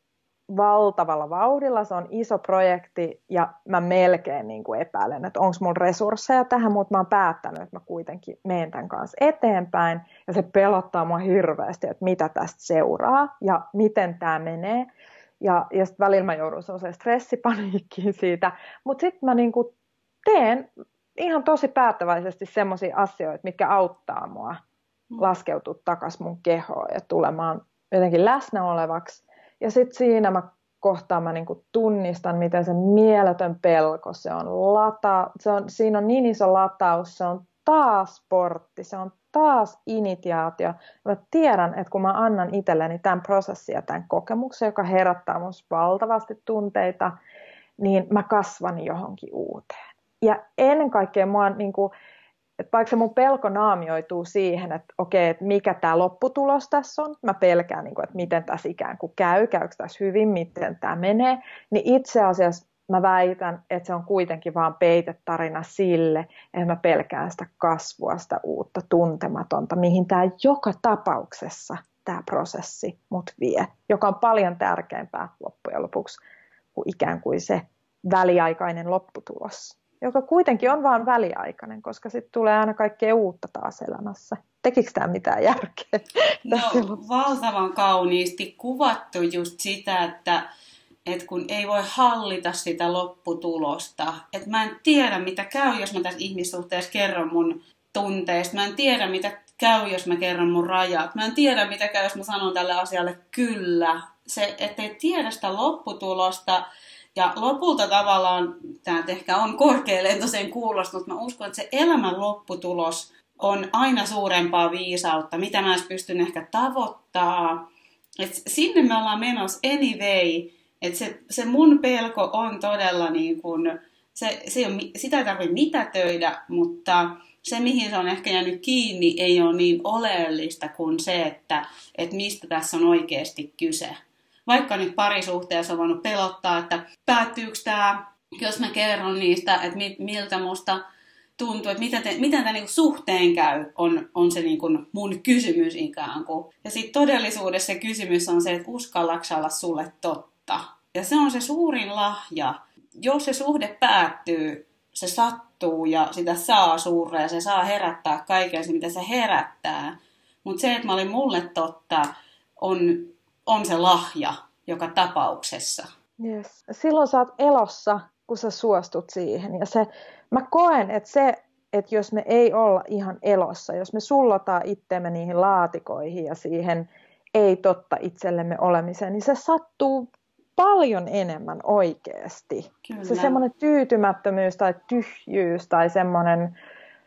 valtavalla vauhdilla. Se on iso projekti ja mä melkein niin kuin epäilen, että onko mun resursseja tähän, mutta mä oon päättänyt, että mä kuitenkin menen tämän kanssa eteenpäin. Ja se pelottaa mua hirveästi, että mitä tästä seuraa ja miten tämä menee. Ja, ja sitten välillä mä joudun sellaiseen stressipaniikkiin siitä. Mutta sitten mä niin kuin teen ihan tosi päättäväisesti semmoisia asioita, mitkä auttaa mua laskeutua takaisin mun kehoon ja tulemaan jotenkin läsnä olevaksi. Ja sitten siinä mä kohtaan mä niinku tunnistan, miten se mieletön pelko, se on lata, se on, siinä on niin iso lataus, se on taas sportti, se on taas initiaatio. Mä tiedän, että kun mä annan itselleni tämän prosessin ja tämän kokemuksen, joka herättää musta valtavasti tunteita, niin mä kasvan johonkin uuteen. Ja ennen kaikkea mua, niin kuin, että vaikka se mun pelko naamioituu siihen, että okei, että mikä tämä lopputulos tässä on, mä pelkään, niin kuin, että miten tässä ikään kuin käy, käykö tässä hyvin, miten tämä menee, niin itse asiassa mä väitän, että se on kuitenkin vaan peitetarina sille, että mä pelkään sitä kasvua, sitä uutta tuntematonta, mihin tämä joka tapauksessa tämä prosessi mut vie, joka on paljon tärkeämpää loppujen lopuksi kuin ikään kuin se väliaikainen lopputulos, joka kuitenkin on vaan väliaikainen, koska sitten tulee aina kaikkea uutta taas elämässä. Tekikö tämä mitään järkeä? No, valtavan kauniisti kuvattu just sitä, että, että kun ei voi hallita sitä lopputulosta. Että mä en tiedä, mitä käy, jos mä tässä ihmissuhteessa kerron mun tunteista. Mä en tiedä, mitä käy, jos mä kerron mun rajat. Mä en tiedä, mitä käy, jos mä sanon tälle asialle kyllä. Se, ettei tiedä sitä lopputulosta. Ja lopulta tavallaan, tämä ehkä on korkealentoisen kuulosta, mutta mä uskon, että se elämän lopputulos on aina suurempaa viisautta, mitä mä edes pystyn ehkä tavoittaa. Et sinne me ollaan menossa anyway, että se, se mun pelko on todella niin kuin, se, se on, sitä ei tarvitse mitätöidä, mutta se mihin se on ehkä jäänyt kiinni ei ole niin oleellista kuin se, että, että mistä tässä on oikeasti kyse. Vaikka nyt parisuhteessa on voinut pelottaa, että päättyykö tämä, jos mä kerron niistä, että miltä musta tuntuu, että miten, te, miten tämä niinku suhteen käy, on, on se niinku mun kysymys ikään kuin. Ja sitten todellisuudessa se kysymys on se, että uskallatko olla sulle totta. Ja se on se suurin lahja. Jos se suhde päättyy, se sattuu ja sitä saa suurea ja se saa herättää kaiken se, mitä se herättää. Mutta se, että mä olin mulle totta, on... on se lahja joka tapauksessa. Yes. Silloin sä oot elossa, kun sä suostut siihen. Ja se, mä koen, että se, että jos me ei olla ihan elossa, jos me sullotaan itteemme niihin laatikoihin ja siihen ei totta itsellemme olemiseen, niin se sattuu paljon enemmän oikeasti. Kyllä. Se semmoinen tyytymättömyys tai tyhjyys tai semmoinen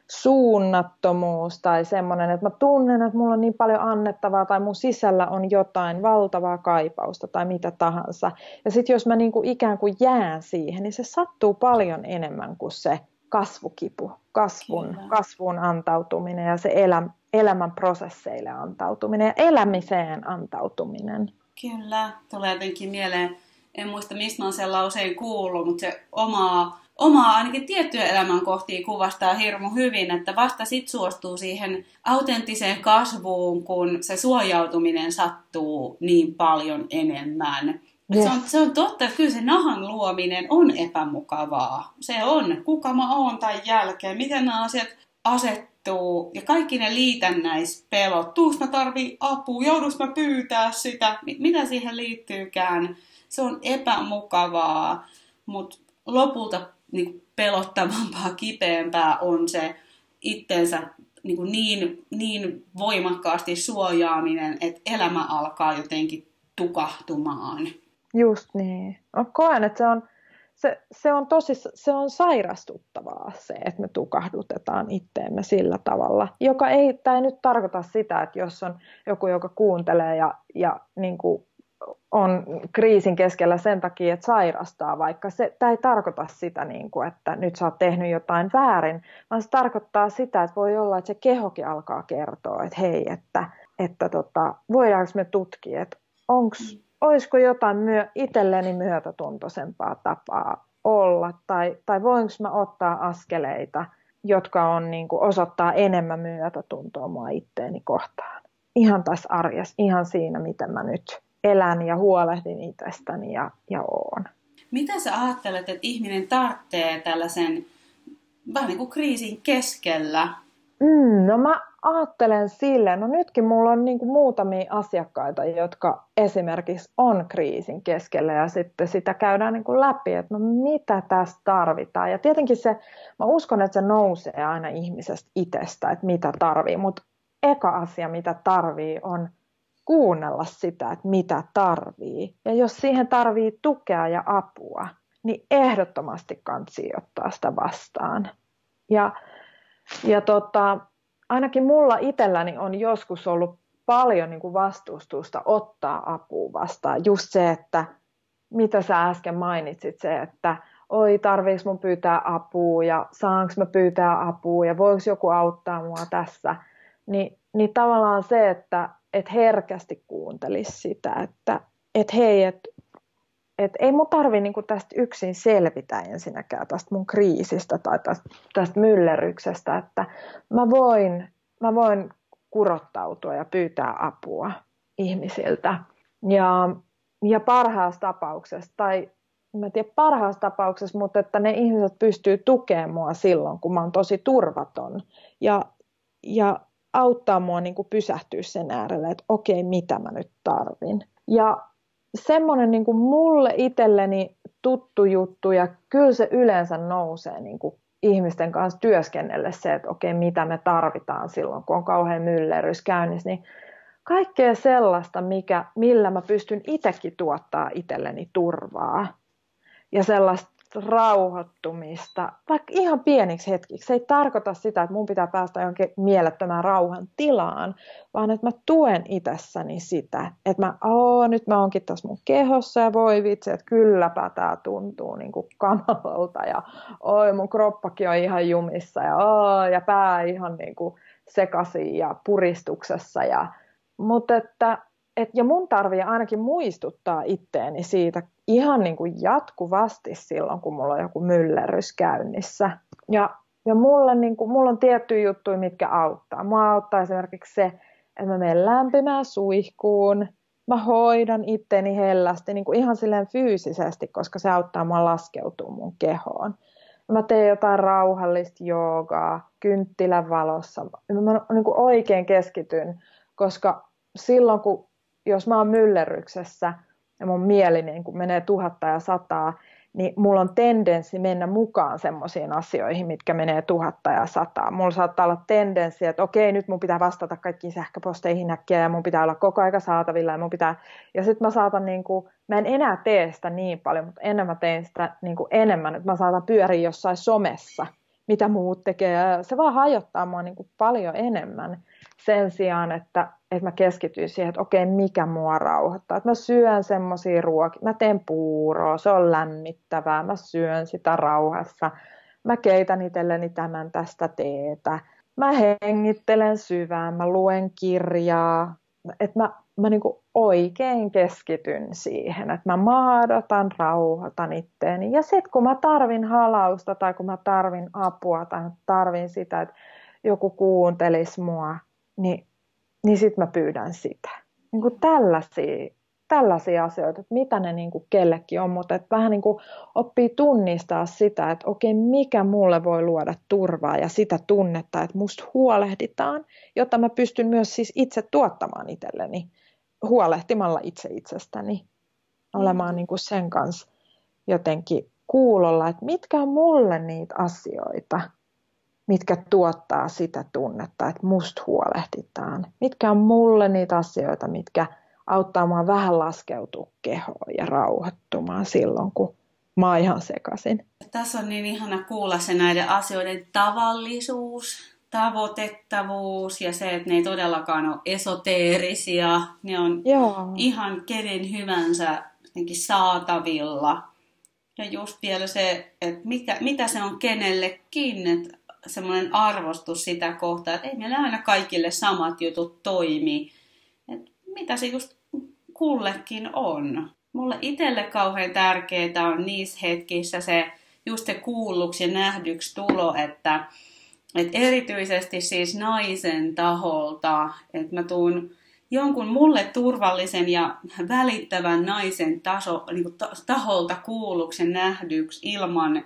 suunnattomuus tai semmoinen, että mä tunnen, että mulla on niin paljon annettavaa tai mun sisällä on jotain valtavaa kaipausta tai mitä tahansa. Ja sitten jos mä niinku ikään kuin jään siihen, niin se sattuu paljon enemmän kuin se kasvukipu, kasvun, kasvun antautuminen ja se elä, elämän prosesseille antautuminen ja elämiseen antautuminen. Kyllä, tulee jotenkin mieleen, en muista mistä mä oon sen lauseen kuullut, mutta se omaa, omaa ainakin tiettyjä elämänkohtia kuvastaa hirmu hyvin, että vasta sit suostuu siihen autenttiseen kasvuun, kun se suojautuminen sattuu niin paljon enemmän. Yes. Se, on, se on totta, että kyllä se nahan luominen on epämukavaa. Se on, kuka mä oon tämän jälkeen, miten nämä asiat asettuu ja kaikki ne liitännäispelot. Tuus mä tarvii apua, joudus mä pyytää sitä, mitä siihen liittyykään. Se on epämukavaa, mutta lopulta niin pelottavampaa, kipeämpää on se itsensä niin, niin, niin voimakkaasti suojaaminen, että elämä alkaa jotenkin tukahtumaan. Just niin. Mä koen, että se on, se, se on tosi se on sairastuttavaa se, että me tukahdutetaan itteemme sillä tavalla, joka ei, tämä ei nyt tarkoita sitä, että jos on joku, joka kuuntelee ja, ja niin kuin on kriisin keskellä sen takia, että sairastaa, vaikka se, tämä ei tarkoita sitä, niin kuin, että nyt sä oot tehnyt jotain väärin, vaan se tarkoittaa sitä, että voi olla, että se kehokin alkaa kertoa, että hei, että, että tota, voidaanko me tutkia, että onks, olisiko jotain myö, itselleni myötätuntoisempaa tapaa olla, tai, tai voinko mä ottaa askeleita, jotka on, niin kuin, osoittaa enemmän myötätuntoa mua itteeni kohtaan. Ihan tässä arjessa, ihan siinä, miten mä nyt elän ja huolehdin itsestäni ja, ja oon. Mitä sä ajattelet, että ihminen tarvitsee tällaisen vähän niin kuin kriisin keskellä? Mm, no mä ajattelen silleen, no nytkin mulla on niin kuin muutamia asiakkaita, jotka esimerkiksi on kriisin keskellä ja sitten sitä käydään niin kuin läpi, että no mitä tässä tarvitaan. Ja tietenkin se, mä uskon, että se nousee aina ihmisestä itsestä, että mitä tarvii, mutta eka asia, mitä tarvii, on kuunnella sitä, että mitä tarvii. Ja jos siihen tarvii tukea ja apua, niin ehdottomasti kansi ottaa sitä vastaan. Ja, ja tota, ainakin mulla itselläni on joskus ollut paljon niin kuin vastustusta ottaa apua vastaan. Just se, että mitä sä äsken mainitsit, se, että oi, tarviiks mun pyytää apua ja saanko mä pyytää apua ja voiko joku auttaa mua tässä. Ni, niin tavallaan se, että et herkästi kuuntelisi sitä, että et hei, että et ei mun tarvi niinku tästä yksin selvitä ensinnäkään tästä mun kriisistä tai tästä, tästä myllerryksestä, että mä voin, mä voin kurottautua ja pyytää apua ihmisiltä. Ja, ja parhaassa tapauksessa, tai mä tiedän parhaassa tapauksessa, mutta että ne ihmiset pystyy tukemaan mua silloin, kun mä oon tosi turvaton ja, ja auttaa mua niin kuin pysähtyä sen äärelle, että okei, mitä mä nyt tarvin. Ja semmoinen niin kuin mulle itselleni tuttu juttu, ja kyllä se yleensä nousee niin kuin ihmisten kanssa työskennelle se, että okei, mitä me tarvitaan silloin, kun on kauhean myllerrys käynnissä, niin kaikkea sellaista, mikä, millä mä pystyn itsekin tuottaa itselleni turvaa ja sellaista rauhoittumista, vaikka ihan pieniksi hetkiksi. Se ei tarkoita sitä, että mun pitää päästä johonkin mielettömään rauhan tilaan, vaan että mä tuen itsessäni sitä, että mä, oo, nyt mä oonkin tässä mun kehossa ja voi vitsi, että kylläpä tää tuntuu niin kuin kamalalta ja oi, mun kroppakin on ihan jumissa ja, oo, ja pää ihan niin kuin sekaisin ja puristuksessa. Ja, mutta että, et, ja mun tarvii ainakin muistuttaa itteeni siitä ihan niin kuin jatkuvasti silloin, kun mulla on joku myllerrys käynnissä. Ja, ja mulla, niin kuin, mulla on tiettyjä juttuja, mitkä auttaa. Mua auttaa esimerkiksi se, että mä menen lämpimään suihkuun. Mä hoidan itteni hellästi niin kuin ihan silleen fyysisesti, koska se auttaa mua laskeutua mun kehoon. Mä teen jotain rauhallista joogaa kynttilän valossa. Mä niin kuin oikein keskityn, koska silloin, kun, jos mä oon myllerryksessä, ja mun mieli niin kun menee tuhatta ja sataa, niin mulla on tendenssi mennä mukaan semmoisiin asioihin, mitkä menee tuhatta ja sataa. Mulla saattaa olla tendenssi, että okei, nyt mun pitää vastata kaikkiin sähköposteihin äkkiä ja mun pitää olla koko aika saatavilla ja mun pitää... Ja sitten mä saatan niin kuin, mä en enää tee sitä niin paljon, mutta ennen mä teen sitä niin kuin enemmän, että mä saatan pyöriä jossain somessa, mitä muut tekee. Ja se vaan hajottaa mua niin kuin paljon enemmän sen sijaan, että, että mä keskityin siihen, että okei, mikä mua rauhoittaa. Että mä syön semmoisia ruokia, mä teen puuroa, se on lämmittävää, mä syön sitä rauhassa. Mä keitän itselleni tämän tästä teetä. Mä hengittelen syvään, mä luen kirjaa. Että mä, mä niinku oikein keskityn siihen, että mä maadotan, rauhoitan itteeni. Ja sitten kun mä tarvin halausta tai kun mä tarvin apua tai mä tarvin sitä, että joku kuuntelisi mua, niin, niin sitten mä pyydän sitä. Niin kuin tällaisia, tällaisia asioita, että mitä ne niin kuin kellekin on, mutta että vähän niin kuin oppii tunnistaa sitä, että okei, mikä mulle voi luoda turvaa ja sitä tunnetta, että musta huolehditaan, jotta mä pystyn myös siis itse tuottamaan itselleni, huolehtimalla itse itsestäni, olemaan niin kuin sen kanssa jotenkin kuulolla, että mitkä on mulle niitä asioita, mitkä tuottaa sitä tunnetta, että musta huolehditaan. Mitkä on mulle niitä asioita, mitkä auttaa mua vähän laskeutua kehoon ja rauhoittumaan silloin, kun mä oon ihan sekaisin. Tässä on niin ihana kuulla se näiden asioiden tavallisuus, tavoitettavuus ja se, että ne ei todellakaan ole esoteerisia. Ne on Joo. ihan kenen hyvänsä saatavilla. Ja just vielä se, että mikä, mitä se on kenellekin, että semmoinen arvostus sitä kohtaa, että ei meillä aina kaikille samat jutut toimi. Että mitä se just kullekin on. Mulle itselle kauhean tärkeää on niissä hetkissä se just se kuulluksi ja nähdyksi tulo, että, että erityisesti siis naisen taholta, että mä tuun jonkun mulle turvallisen ja välittävän naisen taso, niin kuin taholta kuulluksi ja nähdyksi ilman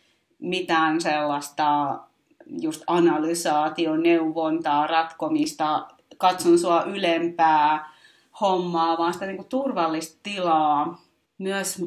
mitään sellaista just analysaatio, neuvontaa, ratkomista, katson sua ylempää hommaa, vaan sitä niin kuin turvallista tilaa. Myös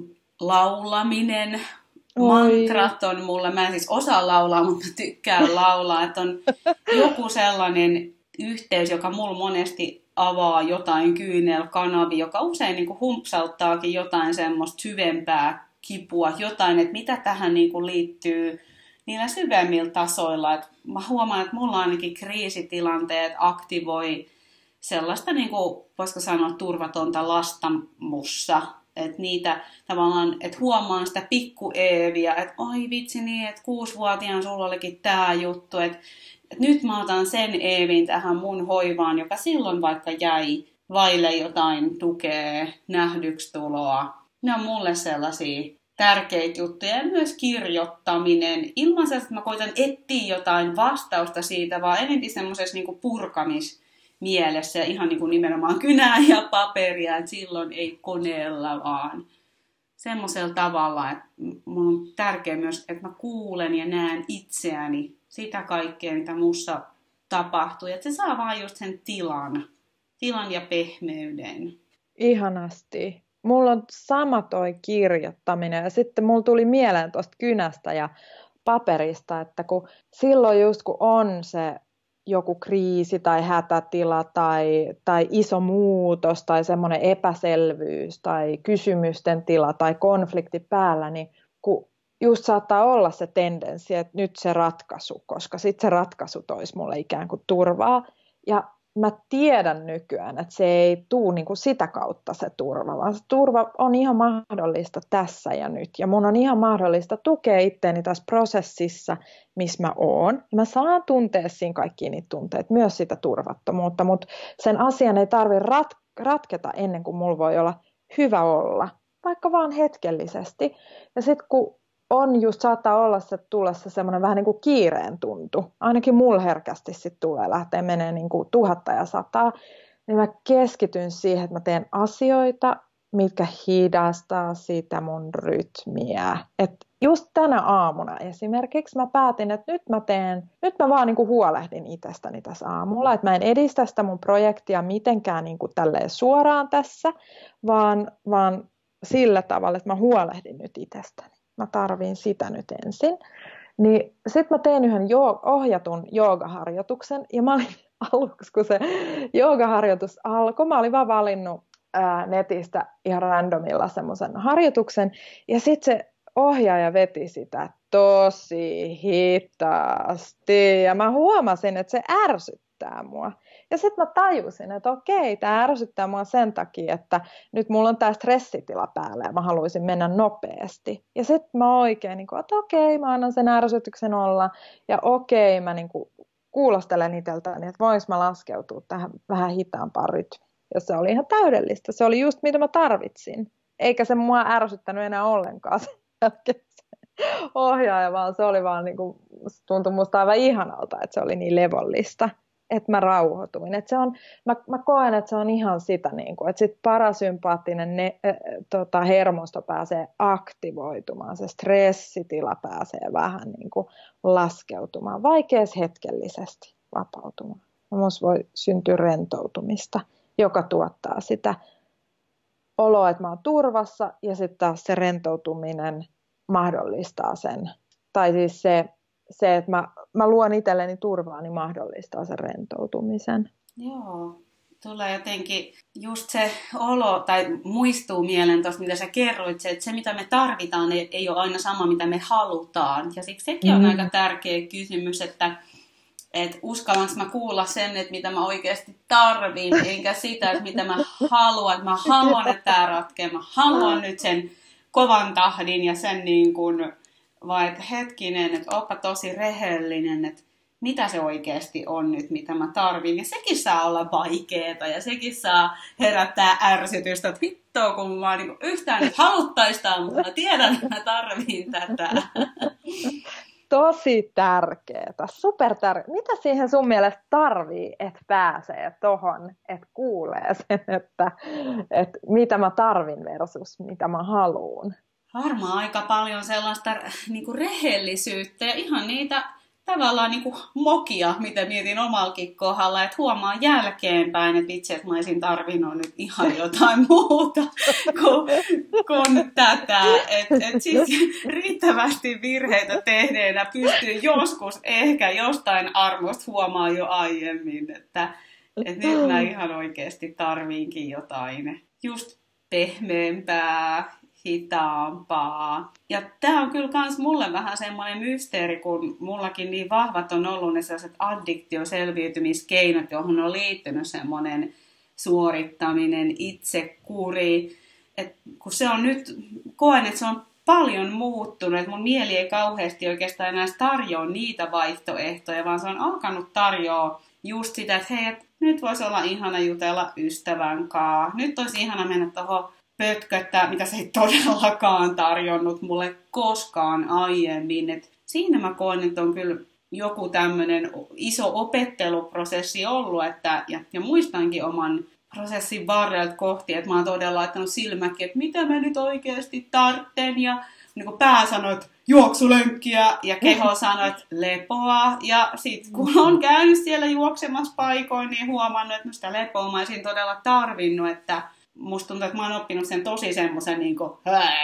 laulaminen, Oi. Mantrat on mulle, mä en siis osaa laulaa, mutta mä tykkään laulaa, että on joku sellainen yhteys, joka mulla monesti avaa jotain kyynelkanavia, joka usein niin kuin humpsauttaakin jotain semmoista syvempää kipua, jotain, että mitä tähän niin kuin liittyy niillä syvemmillä tasoilla. Et mä huomaan, että mulla ainakin kriisitilanteet aktivoi sellaista, niin kuin, voisiko sanoa, turvatonta lasta mussa. Että niitä tavallaan, että huomaan sitä pikku Eeviä, että oi vitsi niin, että kuusivuotiaan sulla olikin tää juttu, että, että nyt mä otan sen Eevin tähän mun hoivaan, joka silloin vaikka jäi vaille jotain tukea, nähdyksi tuloa. Ne on mulle sellaisia tärkeitä juttuja ja myös kirjoittaminen. Ilman se, että mä koitan etsiä jotain vastausta siitä, vaan enemmän semmoisessa niinku purkamismielessä ja ihan niinku nimenomaan kynää ja paperia, että silloin ei koneella, vaan semmoisella tavalla, että mun on tärkeää myös, että mä kuulen ja näen itseäni sitä kaikkea, mitä mussa tapahtuu. Että se saa vaan just sen tilan, tilan ja pehmeyden. Ihanasti. Mulla on sama toi kirjoittaminen ja sitten mulla tuli mieleen tuosta kynästä ja paperista, että kun silloin just kun on se joku kriisi tai hätätila tai, tai iso muutos tai semmoinen epäselvyys tai kysymysten tila tai konflikti päällä, niin kun just saattaa olla se tendenssi, että nyt se ratkaisu, koska sitten se ratkaisu toisi mulle ikään kuin turvaa ja mä tiedän nykyään, että se ei tule niin kuin sitä kautta se turva, vaan se turva on ihan mahdollista tässä ja nyt. Ja mun on ihan mahdollista tukea itteeni tässä prosessissa, missä mä oon. Ja mä saan tuntea siinä kaikkia niitä tunteita, myös sitä turvattomuutta, mutta sen asian ei tarvitse rat- ratketa ennen kuin mulla voi olla hyvä olla, vaikka vaan hetkellisesti. Ja sitten kun on just saattaa olla se tulossa semmoinen vähän niin kuin kiireen tuntu. Ainakin mulla herkästi sitten tulee lähteä menee niin kuin tuhatta ja sataa. Niin mä keskityn siihen, että mä teen asioita, mitkä hidastaa sitä mun rytmiä. Et just tänä aamuna esimerkiksi mä päätin, että nyt mä teen, nyt mä vaan niin kuin huolehdin itsestäni tässä aamulla. Että mä en edistä sitä mun projektia mitenkään niin kuin tälleen suoraan tässä, vaan, vaan sillä tavalla, että mä huolehdin nyt itsestäni. mä tarviin sitä nyt ensin. Niin sitten mä tein yhden jo- ohjatun joogaharjoituksen, ja mä olin aluksi, kun se joogaharjoitus alkoi, mä olin vaan valinnut ää, netistä ihan randomilla semmoisen harjoituksen, ja sitten se ohjaaja veti sitä tosi hitaasti, ja mä huomasin, että se ärsyttää mua. Ja sitten mä tajusin, että okei, tämä ärsyttää mua sen takia, että nyt mulla on tämä stressitila päällä ja mä haluaisin mennä nopeasti. Ja sitten mä oikein, niin kuin, että okei, mä annan sen ärsytyksen olla, ja okei, mä niin kuin, kuulostelen itseltäni, että vois mä laskeutua tähän vähän hitaampaan rytmiin. Ja se oli ihan täydellistä. Se oli just mitä mä tarvitsin. Eikä se mua ärsyttänyt enää ollenkaan sen jälkeen se ohjaaja, vaan se oli vaan niin kuin, se tuntui musta aivan ihanalta, että se oli niin levollista, että mä rauhoituin. Että se on, mä, mä koen, että se on ihan sitä, niin kuin, että sit parasympaattinen ne, äh, tota, hermosto pääsee aktivoitumaan, se stressitila pääsee vähän niin kuin laskeutumaan, vaikeas hetkellisesti vapautumaan. Minusta voi syntyä rentoutumista, joka tuottaa sitä oloa, että mä oon turvassa, ja sitten taas se rentoutuminen mahdollistaa sen. Tai siis se, se että mä, mä luon itselleni turvaa, niin mahdollistaa sen rentoutumisen. Joo, tulee jotenkin just se olo, tai muistuu mieleen tuosta, mitä sä kerroit, se, että se mitä me tarvitaan ei, ei ole aina sama, mitä me halutaan. Ja siksi sekin on mm. aika tärkeä kysymys, että että uskallanko mä kuulla sen, että mitä mä oikeasti tarvin, enkä sitä, että mitä mä haluan. Että mä haluan, että tää ratkeaa. Mä haluan nyt sen kovan tahdin ja sen niin kuin, vai että hetkinen, että oppa tosi rehellinen, että mitä se oikeasti on nyt, mitä mä tarvin. Ja sekin saa olla vaikeeta ja sekin saa herättää ärsytystä, että hittoa, kun mä niin kuin yhtään nyt haluttaistaan, mutta mä tiedän, että mä tarvin tätä. Tosi tärkeetä, super tärkeetä. Mitä siihen sun mielestä tarvii, että pääsee tohon, että kuulee sen, että, että mitä mä tarvin versus mitä mä haluun? Varmaan aika paljon sellaista niin kuin rehellisyyttä ja ihan niitä tavallaan niin kuin mokia, mitä mietin omallakin kohdalla, että huomaan jälkeenpäin, että vitsi, että mä olisin tarvinnut nyt ihan jotain muuta kuin, kuin tätä. Että et siis riittävästi virheitä tehneenä pystyy joskus ehkä jostain armosta huomaan jo aiemmin, että et nyt mä ihan oikeasti tarviinkin jotain just pehmeämpää, hitaampaa. Ja tämä on kyllä kans mulle vähän semmoinen mysteeri, kun mullakin niin vahvat on ollut ne sellaiset addiktioselviytymiskeinot, johon on liittynyt semmoinen suorittaminen, itsekuri. Et kun se on nyt, koen, että se on paljon muuttunut, että mun mieli ei kauheasti oikeastaan enää tarjoa niitä vaihtoehtoja, vaan se on alkanut tarjoa just sitä, että hei, et nyt voisi olla ihana jutella ystävän kanssa. Nyt olisi ihana mennä tuohon pötköttää, mitä se ei todellakaan tarjonnut mulle koskaan aiemmin. Et siinä mä koen, että on kyllä joku tämmöinen iso opetteluprosessi ollut, että, ja, ja muistankin oman prosessin varrelta kohti, että mä oon todella laittanut silmäkin, että mitä mä nyt oikeasti tartten, ja niin kuin pää sanoi, että juoksulenkkiä, ja keho sanoi, että lepoa, ja sitten kun on käynyt siellä juoksemassa paikoin, niin huomannut, että sitä lepoa mä olisin todella tarvinnut, että musta tuntuu, että mä oon oppinut sen tosi semmoisen niin kuin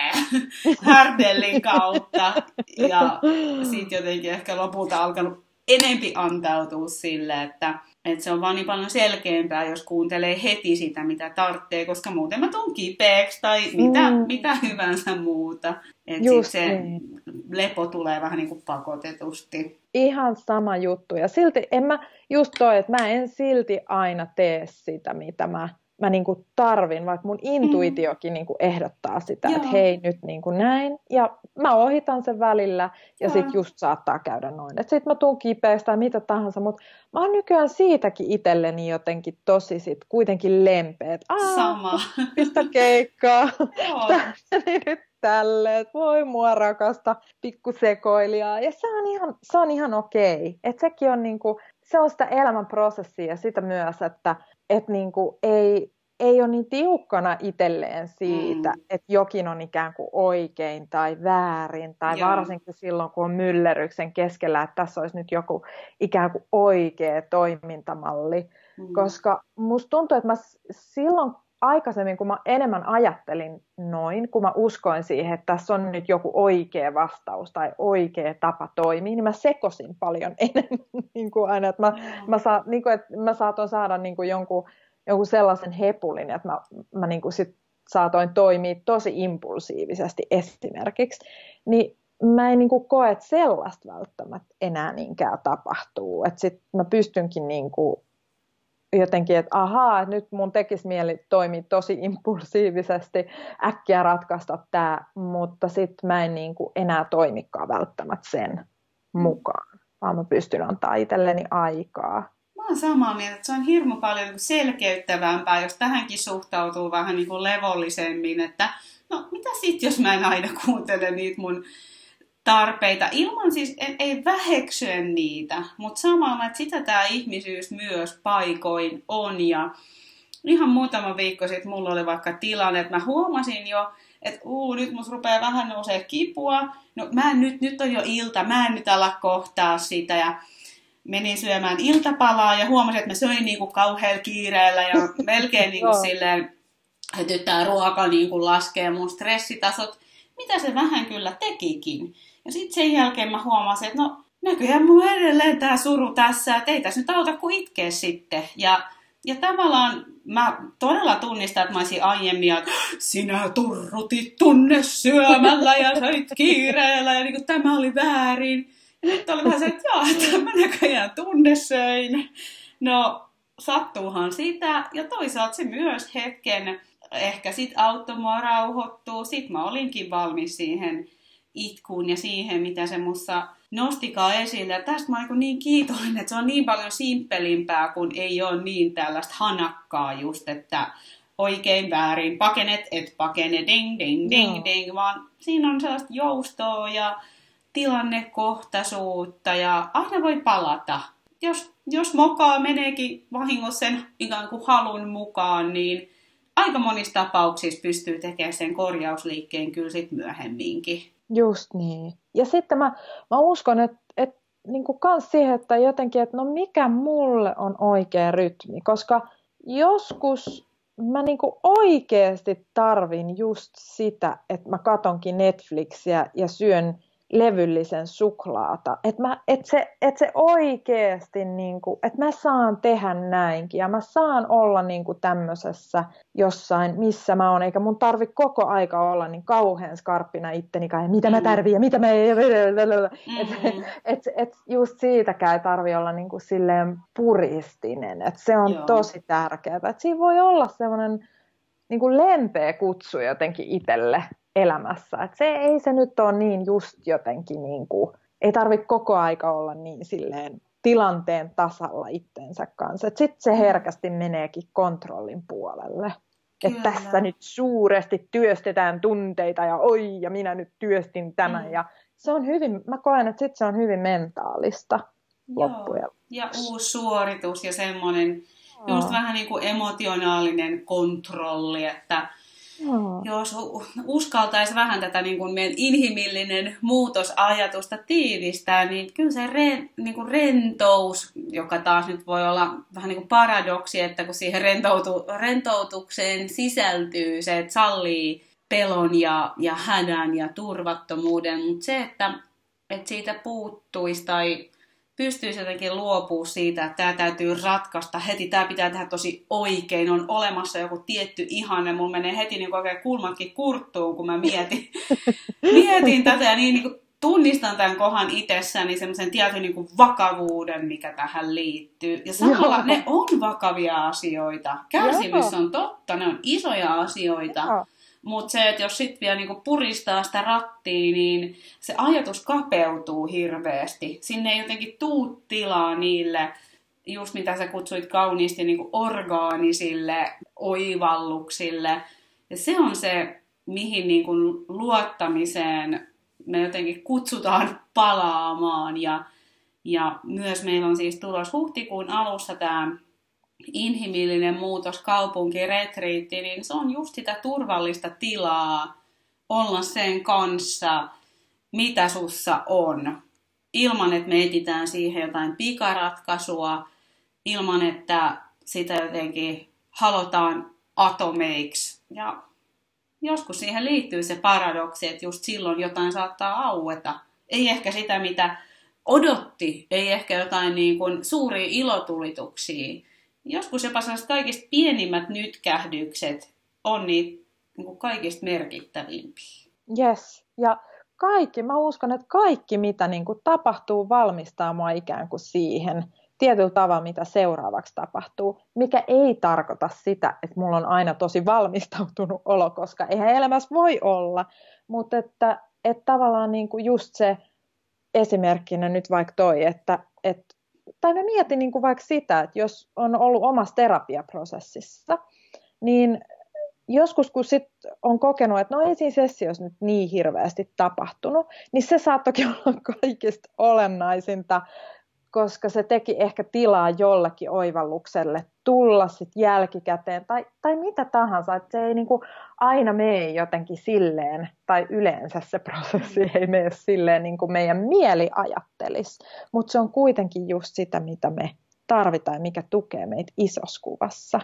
härdellin kautta. Ja siitä jotenkin ehkä lopulta alkanut enempi antautua sille, että, että se on vaan niin paljon selkeämpää, jos kuuntelee heti sitä, mitä tarvitsee, koska muuten mä tuun kipeäksi tai mitä, mm. mitä hyvänsä muuta. Että sit se niin. Lepo tulee vähän niin kuin pakotetusti. Ihan sama juttu. Ja silti en mä, just toi, että mä en silti aina tee sitä, mitä mä mä niinku tarvin, vaikka mun intuitiokin mm. niinku ehdottaa sitä, Joo. että hei nyt niinku näin. Ja mä ohitan sen välillä ja sit just saattaa käydä noin. Että sit mä tuun kipeäksi tai mitä tahansa, mutta mä oon nykyään siitäkin itselleni jotenkin tosi sit kuitenkin lempeä. Sama. Pistä keikkaa. Tälleni nyt tälleen, että voi mua rakasta pikkusekoilijaa. Ja se on ihan, se on ihan okei. Että sekin on niinku, se on sitä elämän prosessia ja sitä myös, että et niinku ei, ei ole niin tiukkana itselleen siitä, mm. että jokin on ikään kuin oikein tai väärin, tai Joo. varsinkin silloin, kun on myllerryksen keskellä, että tässä olisi nyt joku ikään kuin oikea toimintamalli. Mm. Koska musta tuntuu, että mä silloin aikaisemmin, kun mä enemmän ajattelin noin, kun mä uskoin siihen, että tässä on nyt joku oikea vastaus tai oikea tapa toimia, niin mä sekosin paljon enemmän niin kuin aina, että mä, mm. mä, saa, niin kuin, että mä saatoin saada niin kuin jonkun, jonkun sellaisen hepulin, että mä, mä niin kuin sit saatoin toimia tosi impulsiivisesti esimerkiksi, niin mä en niin kuin koe, että sellaista välttämättä enää niinkään tapahtuu, että sit mä pystynkin niin kuin jotenkin, että ahaa, että nyt mun tekisi mieli toimia tosi impulsiivisesti, äkkiä ratkaista tämä, mutta sitten mä en niin kuin enää toimikaan välttämättä sen mukaan, vaan mä pystyn antaa itselleni aikaa. Mä oon samaa mieltä, että se on hirmu paljon selkeyttävämpää, jos tähänkin suhtautuu vähän niin kuin levollisemmin, että no mitä sitten, jos mä en aina kuuntele niitä mun tarpeita, ilman siis ei, ei väheksyä niitä, mutta samalla, että sitä tämä ihmisyys myös paikoin on. Ja ihan muutama viikko sitten mulla oli vaikka tilanne, että mä huomasin jo, että uu, nyt musta rupeaa vähän nousee kipua, no mä en nyt, nyt on jo ilta, mä en nyt ala kohtaa sitä ja menin syömään iltapalaa ja huomasin, että mä söin niinku kauhealla kiireellä ja melkein niinku silleen, että nyt tää ruoka niinku laskee mun stressitasot, mitä se vähän kyllä tekikin. Ja sitten sen jälkeen mä huomasin, että no näköjään mulla on edelleen tää suru tässä, että ei tässä nyt auta kuin itkeä sitten. Ja, ja tavallaan mä todella tunnistan, että mä olisin aiemmin, että sinä turrutit tunne syömällä ja söit kiireellä ja niin kuin, tämä oli väärin. Ja nyt oli vähän se, että joo, että mä näköjään tunne söin. No sattuuhan sitä ja toisaalta se myös hetken ehkä sit auttoi mua rauhoittua. Sitten mä olinkin valmis siihen itkuun ja siihen, mitä se musta nostikaan esille. Ja tästä mä olen niin kiitollinen, että se on niin paljon simppelimpää, kun ei ole niin tällaista hanakkaa just, että oikein väärin, pakenet, et pakene, ding, ding, ding, no. ding, vaan siinä on sellaista joustoa ja tilannekohtaisuutta ja aina voi palata. Jos, jos mokaa meneekin vahingossa sen ikään kuin halun mukaan, niin aika monissa tapauksissa pystyy tekemään sen korjausliikkeen kyllä sit myöhemminkin. Just niin. Ja sitten mä, mä uskon, että, että niin kuin kans siihen, että jotenkin, että no mikä mulle on oikea rytmi, koska joskus mä niin kuin oikeasti tarvin just sitä, että mä katonkin Netflixiä ja syön levyllisen suklaata, että et se, et se oikeasti, niinku, että mä saan tehdä näinkin ja mä saan olla niinku tämmöisessä jossain, missä mä oon, eikä mun tarvi koko aika olla niin kauhean skarppina itteni kai, mitä mä tarvin ja mitä mä ei, mm-hmm. että et, et just siitäkään ei tarvi olla niinku silleen puristinen, että se on Joo. tosi tärkeää, että siinä voi olla semmoinen niinku lempeä kutsu jotenkin itselle elämässä. Et se ei se nyt ole niin just jotenkin, niin kuin, ei tarvitse koko aika olla niin silleen tilanteen tasalla itsensä kanssa. Sitten se herkästi meneekin kontrollin puolelle. Että tässä nyt suuresti työstetään tunteita ja oi, ja minä nyt työstin tämän. Mm. Ja se on hyvin, mä koen, että sit se on hyvin mentaalista loppujen. Ja uusi suoritus ja semmoinen just vähän niin kuin emotionaalinen kontrolli, että Oh. jos uskaltaisi vähän tätä niin kuin meidän inhimillinen muutosajatusta tiivistää, niin kyllä se re, niin kuin rentous, joka taas nyt voi olla vähän niin kuin paradoksi, että kun siihen rentoutu, rentoutukseen sisältyy se, että sallii pelon ja, ja hädän ja turvattomuuden, mutta se, että, että siitä puuttuisi tai pystyisi jotenkin luopumaan siitä, että tämä täytyy ratkaista heti, tämä pitää tehdä tosi oikein, on olemassa joku tietty ihanne, mulla menee heti niin oikein kulmatkin kurttuun, kun mä mietin, mietin tätä ja niin, niin kuin tunnistan tämän kohan itsessäni semmoisen tietyn niin kuin vakavuuden, mikä tähän liittyy. Ja samalla Joo. ne on vakavia asioita, kärsimys Joo. on totta, ne on isoja asioita. Joo. Mutta se, että jos sitten vielä niinku puristaa sitä rattia, niin se ajatus kapeutuu hirveästi. Sinne ei jotenkin tuu tilaa niille, just mitä sä kutsuit kauniisti, niinku orgaanisille oivalluksille. Ja se on se, mihin niinku luottamiseen me jotenkin kutsutaan palaamaan. Ja, ja myös meillä on siis tulossa huhtikuun alussa tämä inhimillinen muutos kaupunkiretriitti, niin se on just sitä turvallista tilaa olla sen kanssa, mitä sussa on. Ilman, että me etsitään siihen jotain pikaratkaisua, ilman, että sitä jotenkin halutaan atomeiksi. Ja joskus siihen liittyy se paradoksi, että just silloin jotain saattaa aueta. Ei ehkä sitä, mitä odotti, ei ehkä jotain niin kuin suuria ilotulituksia. Joskus jopa sellaiset kaikista pienimmät nytkähdykset on niitä niin kuin kaikista merkittävimpiä. Yes, ja kaikki, mä uskon, että kaikki mitä niin kuin tapahtuu valmistaa mua ikään kuin siihen tietyllä tavalla, mitä seuraavaksi tapahtuu, mikä ei tarkoita sitä, että mulla on aina tosi valmistautunut olo, koska eihän elämässä voi olla, mutta että, että tavallaan niin kuin just se esimerkkinä nyt vaikka toi, että, että tai mä mietin niin kuin vaikka sitä, että jos on ollut omassa terapiaprosessissa, niin joskus kun sit on kokenut, että no ei siinä sessiossa nyt niin hirveästi tapahtunut, niin se saattokin olla kaikista olennaisinta, koska se teki ehkä tilaa jollakin oivallukselle tulla sit jälkikäteen tai, tai mitä tahansa, että se ei niinku aina mene jotenkin silleen, tai yleensä se prosessi ei mene silleen niin kuin meidän mieli ajattelisi, mutta se on kuitenkin just sitä, mitä me tarvitaan, mikä tukee meitä isossa kuvassa.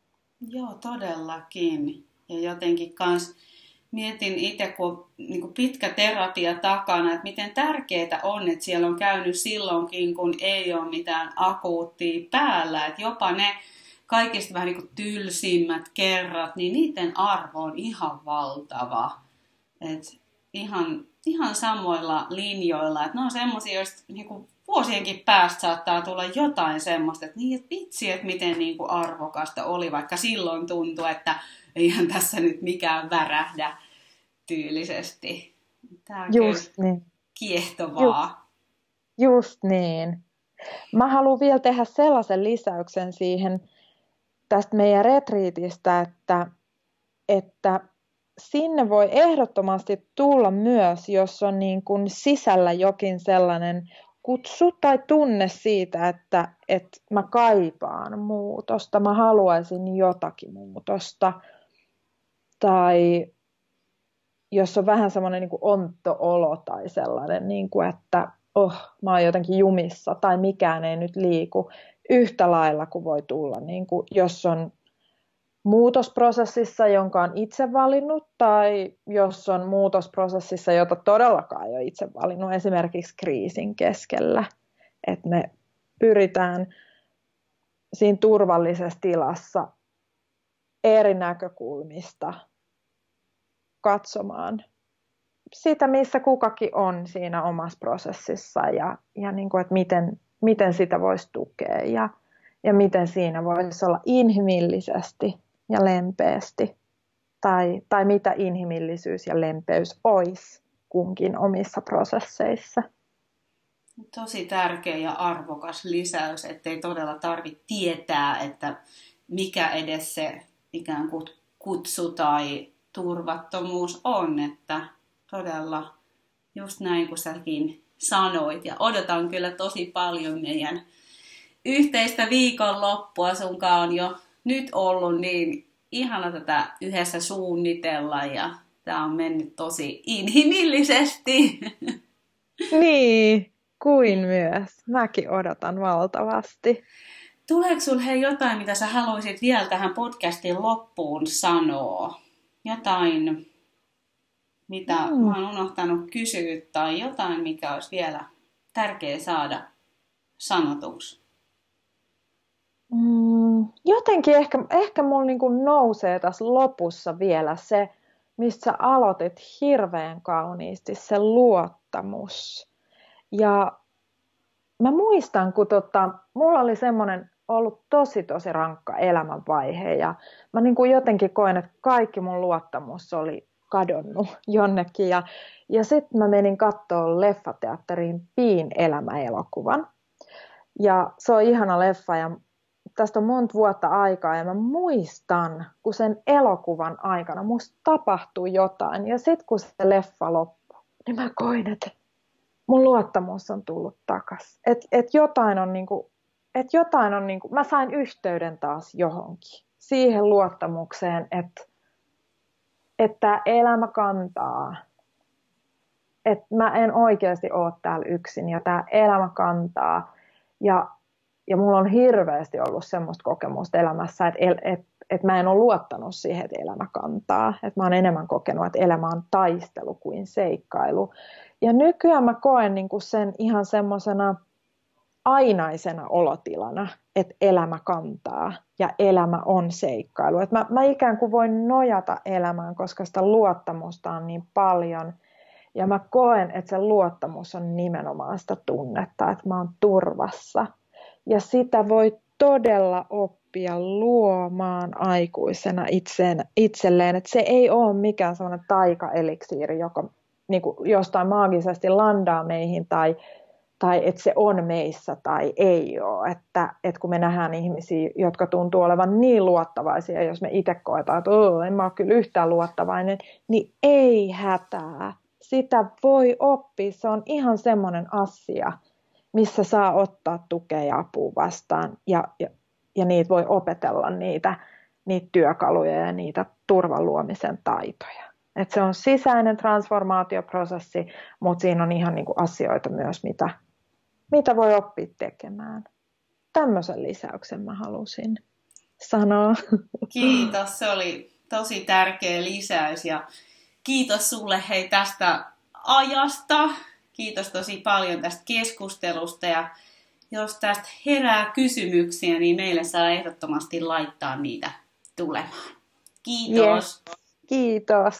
Joo, todellakin. Ja jotenkin kans mietin itse, kun on niin kuin pitkä terapia takana, että miten tärkeää on, että siellä on käynyt silloinkin, kun ei ole mitään akuuttia päällä. Että jopa ne kaikista vähän niin kuin tylsimmät kerrat, niin niiden arvo on ihan valtava. Että ihan, ihan samoilla linjoilla. Että ne on semmoisia, joista niin kuin vuosienkin päästä saattaa tulla jotain semmoista, että niin, että vitsi, että miten niin kuin arvokasta oli, vaikka silloin tuntui, että eihän tässä nyt mikään värähdä tyylisesti. Tämä on just niin. Kiehtovaa. Just, just niin. Mä haluan vielä tehdä sellaisen lisäyksen siihen tästä meidän retriitistä, että, että sinne voi ehdottomasti tulla myös, jos on niin kuin sisällä jokin sellainen kutsu tai tunne siitä, että, että mä kaipaan muutosta, mä haluaisin jotakin muutosta. Tai jos on vähän semmoinen niin kuin ontto-olo tai sellainen, niin kuin, että oh, mä oon jotenkin jumissa tai mikään ei nyt liiku. Yhtä lailla kuin voi tulla, niin kuin, jos on muutosprosessissa, jonka on itse valinnut, tai jos on muutosprosessissa, jota todellakaan ei ole itse valinnut, esimerkiksi kriisin keskellä. Että me pyritään siinä turvallisessa tilassa eri näkökulmista katsomaan sitä, missä kukakin on siinä omassa prosessissa ja, ja niin kuin, että miten, miten sitä voisi tukea ja, ja miten siinä voisi olla inhimillisesti ja lempeästi tai, tai mitä inhimillisyys ja lempeys olisi kunkin omissa prosesseissa. Tosi tärkeä ja arvokas lisäys, ettei todella tarvitse tietää, että mikä edes se ikään kuin kutsu tai turvattomuus on, että todella just näin kuin säkin sanoit. Ja odotan kyllä tosi paljon meidän yhteistä viikonloppua. Sunkaan on jo nyt ollut niin ihana tätä yhdessä suunnitella ja tämä on mennyt tosi inhimillisesti. Niin, kuin myös. Mäkin odotan valtavasti. Tuleeko sinulle hei jotain, mitä sä haluaisit vielä tähän podcastin loppuun sanoa? Jotain, mitä mm. mä oon unohtanut kysyä tai jotain, mikä olisi vielä tärkeä saada sanotuksi? Mm, jotenkin ehkä, ehkä mulla niin kuin nousee tässä lopussa vielä se, mistä sä aloitit hirveän kauniisti, se luottamus. Ja mä muistan, kun tota, mulla oli semmoinen ollut tosi tosi rankka elämänvaihe ja mä niin kuin jotenkin koen, että kaikki mun luottamus oli kadonnut jonnekin. Ja, ja sitten mä menin katsoa leffateatteriin Piin elämäelokuvan. Ja se on ihana leffa ja tästä on monta vuotta aikaa ja mä muistan, kun sen elokuvan aikana musta tapahtui jotain. Ja sitten kun se leffa loppui, niin mä koin, että mun luottamus on tullut takas. Että et jotain on niinku, et jotain on niinku, mä sain yhteyden taas johonkin. Siihen luottamukseen, että että elämä kantaa. Että mä en oikeasti ole täällä yksin ja tää elämä kantaa. Ja, ja mulla on hirveästi ollut semmoista kokemusta elämässä, että et, et mä en ole luottanut siihen, että elämä kantaa. Että mä oon enemmän kokenut, että elämä on taistelu kuin seikkailu. Ja nykyään mä koen niin kuin sen ihan semmoisena ainaisena olotilana, että elämä kantaa ja elämä on seikkailu. Että mä, mä ikään kuin voin nojata elämään, koska sitä luottamusta on niin paljon. Ja mä koen, että se luottamus on nimenomaan sitä tunnetta, että mä oon turvassa. Ja sitä voi todella oppia luomaan aikuisena itseen, itselleen. Että se ei ole mikään sellainen taikaeliksiiri, joka niin kuin jostain maagisesti landaa meihin tai, tai että se on meissä tai ei ole. Että, että kun me nähdään ihmisiä, jotka tuntuu olevan niin luottavaisia, jos me itse koetaan, että en mä ole kyllä yhtään luottavainen, niin ei hätää. Sitä voi oppia. Se on ihan semmoinen asia, missä saa ottaa tukea ja apua vastaan ja, ja, ja niitä voi opetella niitä, niitä työkaluja ja niitä turvan luomisen taitoja. Et se on sisäinen transformaatioprosessi, mutta siinä on ihan niinku asioita myös, mitä, mitä voi oppia tekemään. Tämmöisen lisäyksen mä halusin sanoa. Kiitos, se oli tosi tärkeä lisäys ja kiitos sulle hei tästä ajasta. Kiitos tosi paljon tästä keskustelusta ja jos tästä herää kysymyksiä, niin meille saa ehdottomasti laittaa niitä tulemaan. Kiitos. Yes. Kiitos.